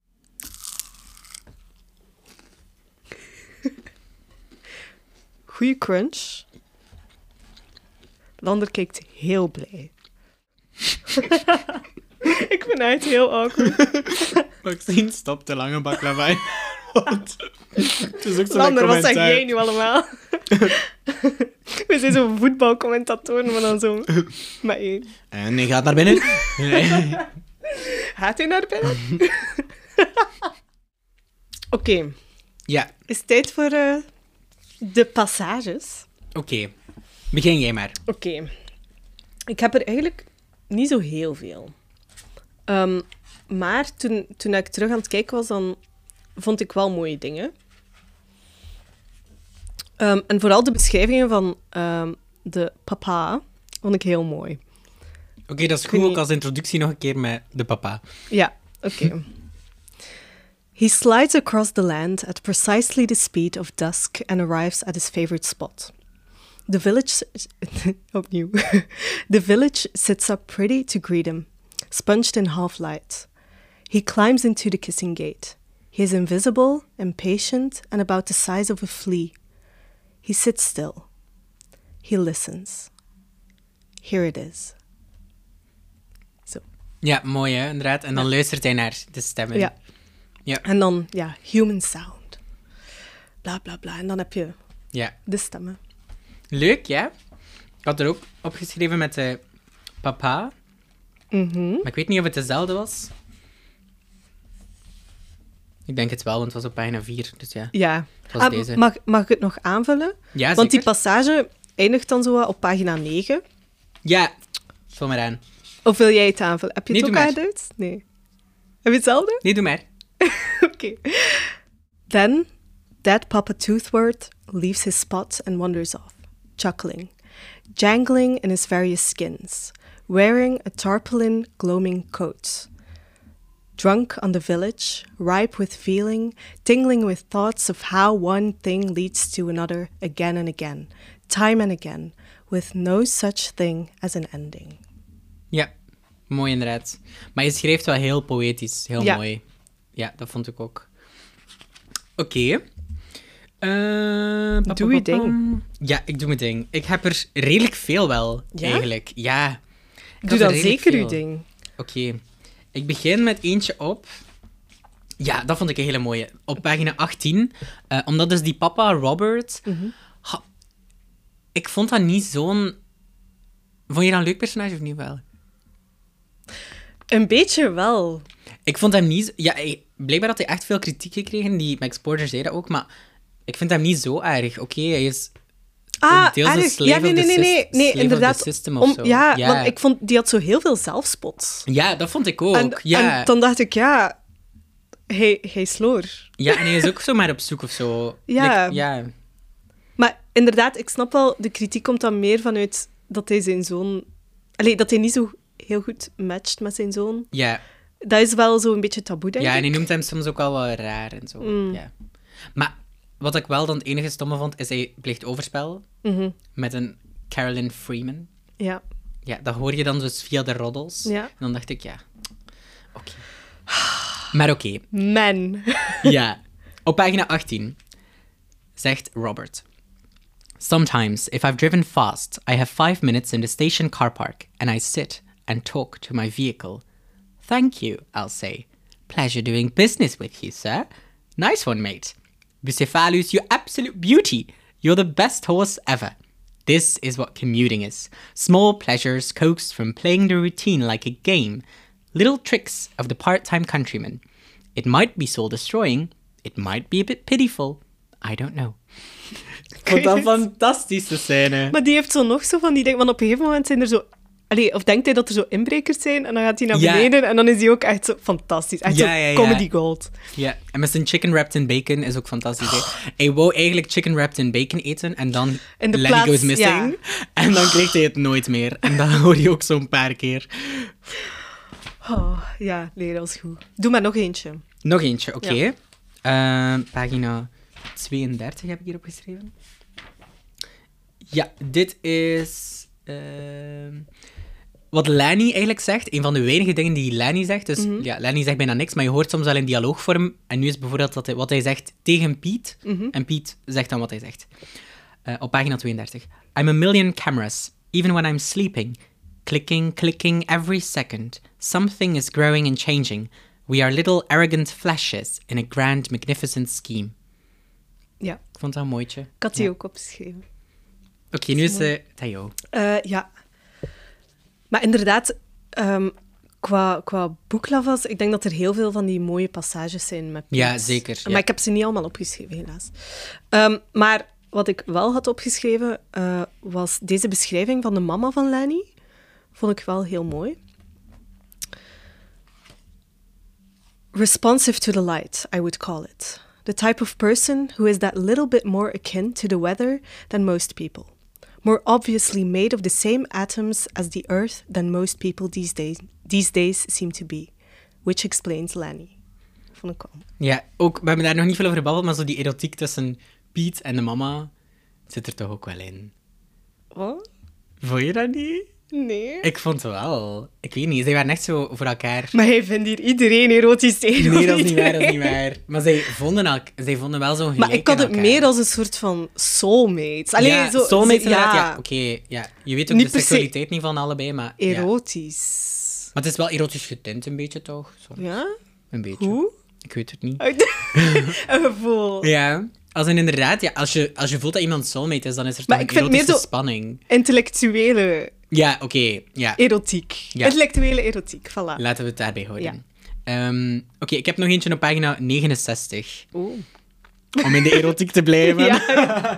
Goeie crunch. Lander kijkt heel blij. Ik vind het heel awkward. Maxine, stop de lange baklava. Het is ook zo Lander, wat zeg jij nu allemaal? We zijn zo'n voetbalcommentatoren, maar dan zo met één. En hij gaat naar binnen. Nee. Gaat hij naar binnen? Oké. Okay. Ja. Is het tijd voor uh, de passages? Oké. Okay. Begin jij maar. Oké. Okay. Ik heb er eigenlijk niet zo heel veel. Um, maar toen, toen ik terug aan het kijken was, dan vond ik wel mooie dingen. Um, en vooral de beschrijvingen van um, de papa vond ik heel mooi. Oké, okay, dat is goed, ook als introductie nog een keer met de papa. Ja, oké. Okay. He slides across the land at precisely the speed of dusk and arrives at his favorite spot. The village... Opnieuw. The village sits up pretty to greet him, sponged in half-light. He climbs into the kissing gate. He is invisible, impatient, and about the size of a flea. He sits still. He listens. Here it is. Zo. Ja, mooi hè, inderdaad. En dan ja. luistert hij naar de stemmen. Ja. Ja. En dan, ja, human sound. bla bla bla. En dan heb je Ja. de stemmen. Leuk, ja. Ik had er ook opgeschreven met de papa. Mhm. Maar ik weet niet of het dezelfde was. Ik denk het wel, want het was op pagina vier. Dus ja, Ja. het was Ah, deze. mag, mag ik het nog aanvullen? Ja, Want die zeker. passage eindigt dan zo wat op pagina negen. Ja, vul maar aan. Of wil jij het aanvullen? Heb je het Nee, ook doe maar. aangeduid? Nee. Heb je hetzelfde? Nee, doe maar. Okay. Then, dead Papa Toothwort leaves his spot and wanders off, chuckling, jangling in his various skins, wearing a tarpaulin gloaming coat. Drunk on the village, ripe with feeling, tingling with thoughts of how one thing leads to another again and again, time and again, with no such thing as an ending. Ja, mooi inderdaad. Maar je schrijft wel heel poëtisch, heel Ja. mooi. Ja, dat vond ik ook. Oké. Eh, pa, Doe pa, je pa, pam. ding. Ja, ik doe mijn ding. Ik heb er redelijk veel wel, Ja? eigenlijk. Ja. Ik Doe had er dan redelijk zeker veel. uw ding. Oké. Ik begin met eentje op. Ja, dat vond ik een hele mooie. Op pagina achttien. eh, omdat dus die papa, Robert... Mhm. ha- ik vond dat niet zo'n... Vond je dat een leuk personage of niet wel? Een beetje wel. Ik vond hem niet... zo- Ja, hij- blijkbaar had hij echt veel kritiek gekregen. Die Max Porter zei dat ook, maar ik vind hem niet zo erg. Oké, hij is... Ah, deels een erg. slave Ja, of nee, the nee, nee, sys- nee, slave nee of the inderdaad. system of Om, zo. ja, Ja. want ik vond, die had zo heel veel zelfspot. Ja, dat vond ik ook. En, ja. en dan dacht ik, ja, hij, hij sloor. ja, en hij is ook zo maar op zoek of zo. Ja. Like, ja. Maar inderdaad, ik snap wel, de kritiek komt dan meer vanuit dat hij zijn zoon... Allee, dat hij niet zo heel goed matcht met zijn zoon. Ja. Dat is wel zo een beetje taboe, denk Ja, en ik. hij noemt hem soms ook wel wel raar en zo. Mm. Ja. Maar wat ik wel dan het enige stomme vond, is hij pleegt overspel Mhm. met een Carolyn Freeman. Ja. Ja, dat hoor je dan dus via de roddels. Ja. En dan dacht ik, ja, oké. Maar oké, Man. ja. Op pagina achttien zegt Robert... Sometimes, if I've driven fast, I have five minutes in the station car park and I sit and talk to my vehicle. Thank you, I'll say. Pleasure doing business with you, sir. Nice one, mate. Bucephalus, you absolute beauty. You're the best horse ever. This is what commuting is. Small pleasures coaxed from playing the routine like a game. Little tricks of the part-time countryman. It might be soul-destroying. It might be a bit pitiful. I don't know. Ik vond dat een fantastische scène. Maar die heeft zo nog zo van die dingen... Want op een gegeven moment zijn er zo... Allee, of denkt hij dat er zo inbrekers zijn en dan gaat hij naar Ja. beneden en dan is hij ook echt zo fantastisch. Echt Ja, zo ja, ja. comedy gold. Ja, en met zijn chicken wrapped in bacon is ook fantastisch. hè. Hij wou eigenlijk chicken wrapped in bacon eten en dan In de Lenny plaats, goes missing. En dan kreeg hij het nooit meer. En dat hoor je ook zo'n paar keer. Oh, ja, nee, dat was goed. Doe maar nog eentje. Nog eentje, oké. Ja. Eh, pagina tweeëndertig heb ik hierop geschreven. Ja, dit is... ehm, wat Lenny eigenlijk zegt. Een van de weinige dingen die Lenny zegt. Dus Mhm. ja, Lenny zegt bijna niks, maar je hoort soms wel in dialoogvorm. En nu is bijvoorbeeld dat hij, wat hij zegt tegen Piet. Mhm. En Piet zegt dan wat hij zegt. Eh, op pagina tweeëndertig. I'm a million cameras, even when I'm sleeping. Clicking, clicking every second. Something is growing and changing. We are little arrogant flashes in a grand, magnificent scheme. Ja, Ik vond dat een mooitje. ik had die Ja. ook opgeschreven. Oké, nu is het Theo. Eh, ja. Maar inderdaad, ehm, qua, qua boeklavas, ik denk dat er heel veel van die mooie passages zijn met Piet. Ja, zeker, ja. Maar ik heb ze niet allemaal opgeschreven, helaas. Ehm, maar wat ik wel had opgeschreven, eh, was deze beschrijving van de mama van Lenny. Vond ik wel heel mooi. Responsive to the light, I would call it. The type of person who is that little bit more akin to the weather than most people. More obviously made of the same atoms as the earth than most people these days, these days seem to be. Which explains Lenny. Vond ik wel. Ja, ook, we hebben daar nog niet veel over gebabbeld, maar zo die erotiek tussen Piet en de mama zit er toch ook wel in. Wat? Vond je dat niet? Nee. Ik vond het wel. Ik weet niet, zij waren echt zo voor elkaar. Maar hij vindt hier iedereen erotisch tegen. Nee, dat is niet waar, dat is niet waar. Maar zij vonden, elk, zij vonden wel zo gelijk Maar ik had in het elkaar. meer als een soort van soulmates. Allee, ja, zo, soulmates zo- inderdaad, ja, ja. Oké, ja. Je weet ook Niet de per se seksualiteit niet van allebei, maar... Ja. erotisch. Maar het is wel erotisch getint, een beetje, toch? Zo, Ja? een beetje. Hoe? Ik weet het niet. Uit- een gevoel. Ja. Als in inderdaad, ja, als je, als je voelt dat iemand soulmate is, dan is er Maar toch ik een vind meer erotische zo- spanning. Intellectuele Ja, oké. Okay, ja. erotiek. Ja. Intellectuele erotiek, voilà. Laten we het daarbij houden. Ehm, oké, okay, ik heb nog eentje op pagina negenenzestig. Oeh. Om in de erotiek te blijven. Ja, ja.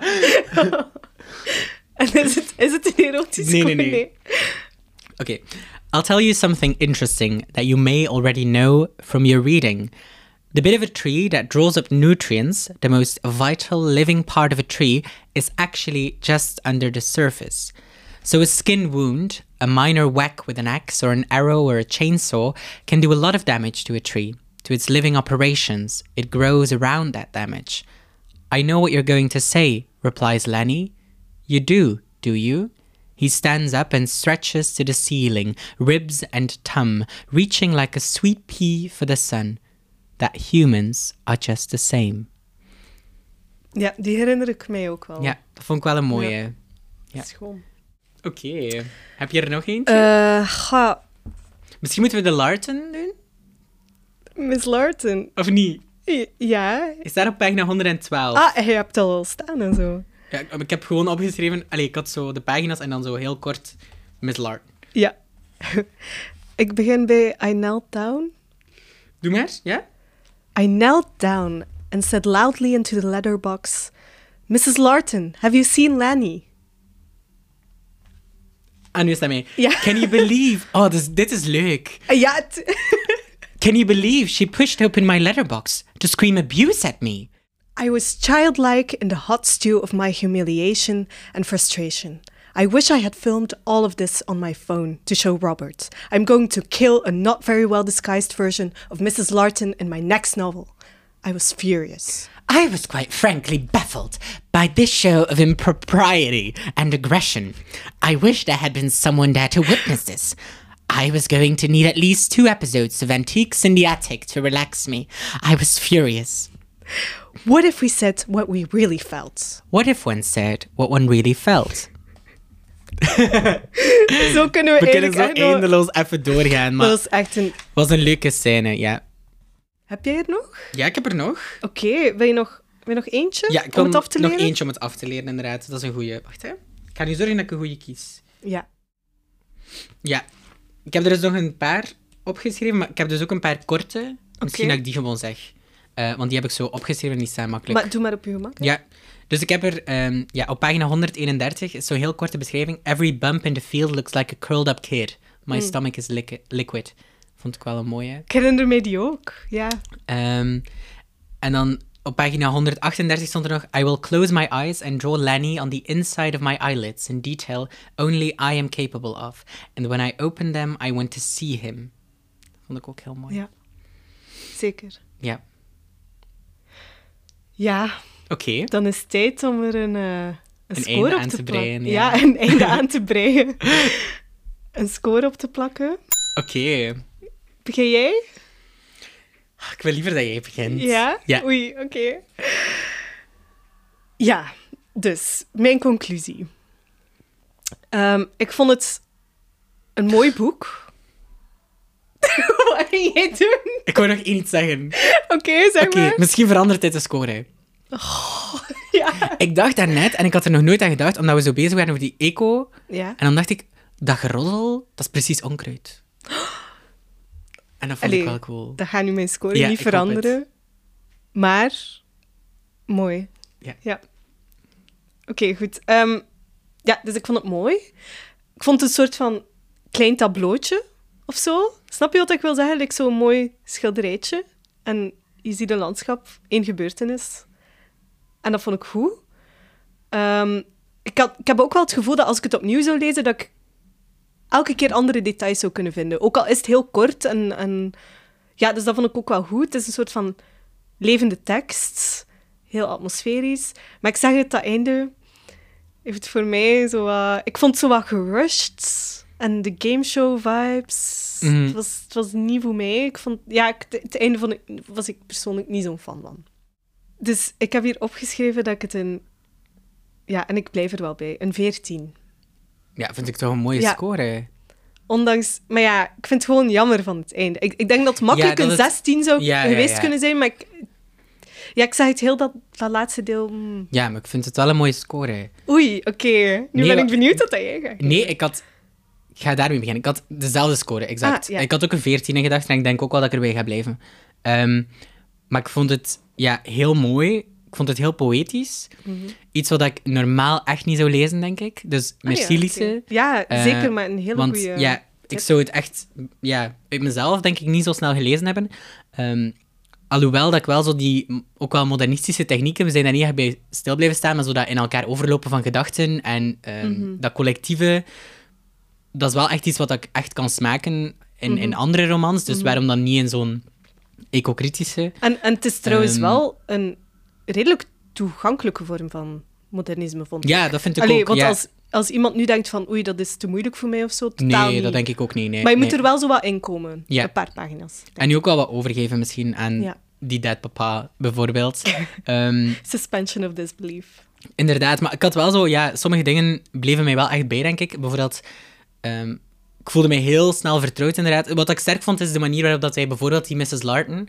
En is het, is het een erotisch Nee, nee, koor? nee. Okay. I'll tell you something interesting that you may already know from your reading. The bit of a tree that draws up nutrients, the most vital living part of a tree, is actually just under the surface. So a skin wound, a minor whack with an axe or an arrow or a chainsaw can do a lot of damage to a tree, to its living operations. It grows around that damage. I know what you're going to say, replies Lenny. You do, do you? He stands up and stretches to the ceiling, ribs and tum, reaching like a sweet pea for the sun. That humans are just the same. Ja, die herinner ik mij ook wel. Ja, dat vond ik wel een mooie. Ja. Ja. Dat is gewoon... Oké. Okay. Heb je er nog eentje? Eh, ga... Misschien moeten we de Larten doen? Miss Larten. Of niet? Ja. Is daar op pagina honderdtwaalf? Ah, je hebt het al staan en zo. Ja, ik heb gewoon opgeschreven... Allee, ik had zo de pagina's en dan zo heel kort Miss Larten. Ja. Ik begin bij I knelt down. Doe maar, ja? I knelt down and said loudly into the letterbox, Missus Larten, have you seen Lanny? Ah, nu is dat mee. Ja. Can you believe... Oh, dus, dit is leuk. Ja, het... Can you believe she pushed open my letterbox to scream abuse at me? I was childlike in the hot stew of my humiliation and frustration. I wish I had filmed all of this on my phone to show Robert. I'm going to kill a not very well disguised version of Missus Larten in my next novel. I was furious. I was quite frankly baffled by this show of impropriety and aggression. I wished there had been someone there to witness this. I was going to need at least two episodes of Antiques in the Attic to relax me. I was furious. What if we said what we really felt? What if one said what one really felt? Zo kunnen we, We kunnen eigenlijk zo echt nog- eindeloos even doorgaan, maar Dat het is echt een... was een leuke scène, ja. Heb jij er nog? Ja, ik heb er nog. Oké, wil je nog, wil je nog eentje Ja, ik om wil het af te nog leren? eentje om het af te leren, inderdaad. Dat is een goeie. Wacht, hè. Ik ga nu zorgen dat ik een goeie kies. Ja. Ja. Ik heb er dus nog een paar opgeschreven, maar ik heb dus ook een paar korte. Misschien dat ik die gewoon zeg. Uh, want die heb ik zo opgeschreven en die staan makkelijk. Maar doe maar op je gemak. hè. Ja. Dus ik heb er um, ja, op pagina honderdeenendertig is zo'n heel korte beschrijving. Every bump in the field looks like a curled up kid. My Mm. stomach is li- liquid. Vond ik wel een mooie. Ik herinner me die ook, ja. Um, en dan op pagina honderdachtendertig stond er nog... I will close my eyes and draw Lanny on the inside of my eyelids in detail only I am capable of. And when I open them, I want to see him. Vond ik ook heel mooi. Ja, zeker. Ja. Ja, Oké. Okay. dan is het tijd om er een, uh, een, Een score einde op aan te, te plakken. breien, Ja. ja. een einde aan te breien. Een score op te plakken. Oké. Okay. Begin jij? Ik wil liever dat jij begint. Ja? Ja. Oei, oké. Okay. Ja, dus, mijn conclusie. Um, ik vond het een mooi boek. Wat ging jij doen? Ik wou nog iets zeggen. Oké, okay, zeg Oké, okay, maar. misschien verandert dit de score. Oh, ja. Ik dacht daarnet, en ik had er nog nooit aan gedacht, omdat we zo bezig waren over die eco. Ja. En dan dacht ik, dat geroddel, dat is precies onkruid. En dat vond Allee, ik wel cool. Dat gaat nu mijn score Ja, niet ik hoop veranderen. Maar, mooi. Ja. ja. Oké, okay, goed. Um, ja, dus ik vond het mooi. Ik vond het een soort van klein tableautje of zo. Snap je wat ik wil zeggen? Like zo'n mooi schilderijtje. En je ziet een landschap, één gebeurtenis. En dat vond ik goed. Um, ik, had, ik heb ook wel het gevoel dat als ik het opnieuw zou lezen, dat ik elke keer andere details zou kunnen vinden. Ook al is het heel kort. En, en ja, dus dat vond ik ook wel goed. Het is een soort van levende tekst. Heel atmosferisch. Maar ik zeg het, dat einde heeft het voor mij zo wat... Ik vond het zo wat gerushed. En de gameshow vibes. Mm. Het, was, het was niet voor mij. Ik vond... Ja, ik, het einde vond ik, was ik persoonlijk niet zo'n fan van. Dus ik heb hier opgeschreven dat ik het een... Ja, en ik blijf er wel bij. Een veertien. Ja, vind ik toch een mooie Ja. score. Ondanks... Maar ja, ik vind het gewoon jammer van het einde. Ik, ik denk dat het makkelijk Ja, dat een het- zestien zou Ja, ja, geweest ja. kunnen zijn, maar ik... Ja, ik zag het heel dat, dat laatste deel... mm. Ja, maar ik vind het wel een mooie score. Oei, oké. Nu Nee, ben wa- ik benieuwd wat dat jij gaat geven. Nee, ik had... Ik ga daarmee beginnen. Ik had dezelfde score, exact. Ah, ja. Ik had ook een veertien in gedacht en ik denk ook wel dat ik erbij ga blijven. Ehm, maar ik vond het ja, heel mooi. Ik vond het heel poëtisch. Mhm. Iets wat ik normaal echt niet zou lezen, denk ik. Dus Ah, merci, ja, Lise. oké. Ja, Eh, zeker, maar een hele Want goede... ja, ik zou het echt ja, uit mezelf, denk ik, niet zo snel gelezen hebben. Ehm, alhoewel dat ik wel zo die, m- ook wel modernistische technieken, we zijn daar niet echt bij stil blijven staan, maar zo dat in elkaar overlopen van gedachten en ehm, Mhm. dat collectieve, dat is wel echt iets wat ik echt kan smaken in, in Mhm. andere romans. Dus Mhm. waarom dan niet in zo'n ecokritische? En, en het is trouwens Ehm, wel een redelijk toegankelijke vorm van modernisme, vond ik. Ja, dat vind ik Allee, ook. want ja. als, als iemand nu denkt van oei, dat is te moeilijk voor mij of zo, totaal Nee, niet. dat denk ik ook niet. Nee, maar je nee. moet er wel zo wat in komen. Ja. Een paar pagina's. En nu ook wel wat overgeven misschien aan Ja. die Dead Papa, bijvoorbeeld. Ehm, Suspension of disbelief. Inderdaad, maar ik had wel zo, ja, sommige dingen bleven mij wel echt bij, denk ik. Bijvoorbeeld, ehm, ik voelde mij heel snel vertrouwd, inderdaad. Wat ik sterk vond, is de manier waarop dat hij bijvoorbeeld die missus Larton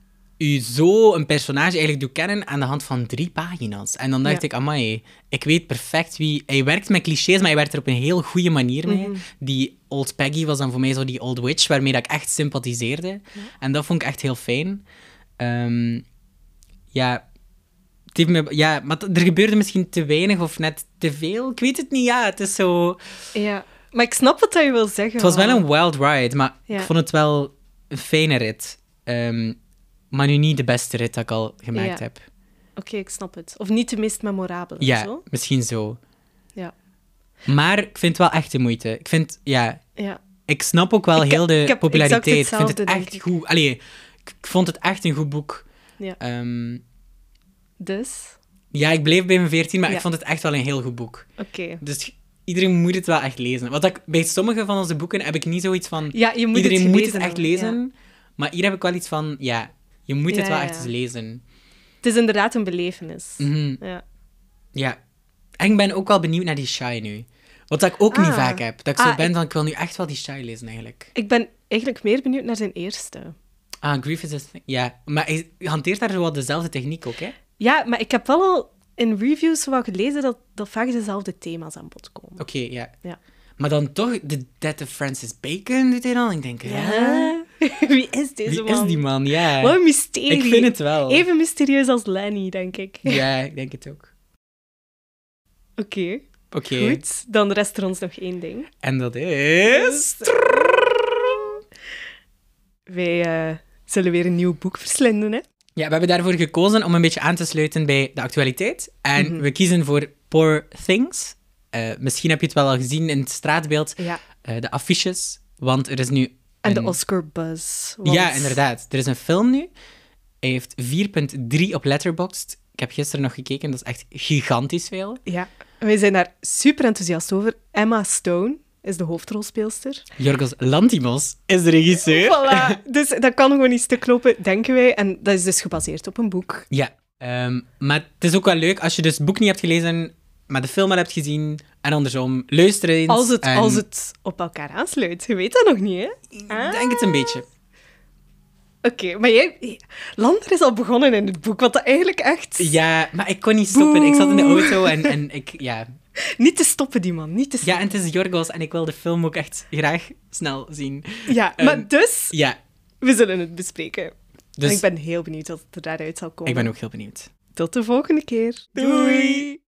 u zo een personage eigenlijk doet kennen aan de hand van drie pagina's. En dan dacht Ja. ik, amai, ik weet perfect wie... Hij werkt met clichés, maar hij werkt er op een heel goede manier mee. Mhm. Die Old Peggy was dan voor mij zo die Old Witch, waarmee dat ik echt sympathiseerde. En dat vond ik echt heel fijn. Ehm, ja... Het heeft me, ja, maar t- er gebeurde misschien te weinig of net te veel. Ik weet het niet, ja. Het is zo... Ja. Maar ik snap wat je wil zeggen. Het was wel een wild ride, maar Ja. ik vond het wel een fijne rit. Ehm, maar nu niet de beste rit dat ik al gemaakt Ja. heb. Oké, ik snap het. Of niet de meest memorabele. Ja, Zo. misschien zo. Ja. Maar ik vind het wel echt de moeite. Ik vind, ja... Ja. Ik snap ook wel Ik- heel de ik heb populariteit. exact Ik vind het hetzelfde, echt denk goed. Allee, ik, ik vond het echt een goed boek. Ja. Ehm, Dus, ja, ik bleef bij mijn veertien, maar Ja. ik vond het echt wel een heel goed boek. oké. Dus iedereen moet het wel echt lezen. Want ik, bij sommige van onze boeken heb ik niet zoiets van... Ja, je moet iedereen het moet gelezen het echt hebben, lezen. Maar hier heb ik wel iets van... Ja, je moet het Ja, wel ja, echt ja. eens lezen. Het is inderdaad een belevenis. Mhm. Ja. Ja. En ik ben ook wel benieuwd naar die Shy nu. Wat ik ook niet Ah. vaak heb. Dat ik zo Ah, ben ik- van, ik wil nu echt wel die Shy lezen, eigenlijk. Ik ben eigenlijk meer benieuwd naar zijn eerste. Ah, Grief is a thing. Ja, maar hij hanteert daar zo wat dezelfde techniek ook, hè? Ja, maar ik heb wel al in reviews wel gelezen dat, dat vaak dezelfde thema's aan bod komen. Oké, ja. Ja. Maar dan toch, de Death of Francis Bacon doet hij dan? Ik denk, hè? Ja. Wie is deze Wie man? is die man? Ja. Wat een mysterie. Ik vind het wel. Even mysterieus als Lenny, denk ik. Ja, ik denk het ook. Oké, Oké. goed. Dan rest er ons nog één ding. En dat is... Wij eh, zullen weer een nieuw boek verslinden, hè? Ja, we hebben daarvoor gekozen om een beetje aan te sluiten bij de actualiteit. En Mhm. we kiezen voor Poor Things. Eh, misschien heb je het wel al gezien in het straatbeeld. Ja. eh, de affiches. Want er is nu... En de een- Oscar-buzz. want- Ja, inderdaad. Er is een film nu. Hij heeft vier komma drie op Letterboxd. Ik heb gisteren nog gekeken. Dat is echt gigantisch veel. Ja, wij zijn daar super enthousiast over. Emma Stone is de hoofdrolspeelster. Yorgos Lanthimos is de regisseur. Voilà. Dus dat kan gewoon niet stuk lopen, denken wij. En dat is dus gebaseerd op een boek. Ja, ehm, maar het is ook wel leuk als je dus het boek niet hebt gelezen, maar de film al hebt gezien en andersom. Luister eens. Als het, en- als het op elkaar aansluit. Je weet dat nog niet, hè? Ik denk het een beetje. Oké, maar jij... Lander is al begonnen in het boek, wat dat eigenlijk echt... Ja, maar ik kon niet stoppen. Ik zat in de Boe. auto en, en ik, ja. Niet te stoppen, die man. Niet te Ja, stoppen. en het is Yorgos en ik wil de film ook echt graag snel zien. Ja, Ehm, maar dus, Ja, we zullen het bespreken. dus En ik ben heel benieuwd wat er daaruit zal komen. ik ben ook heel benieuwd. Tot de volgende keer. Doei.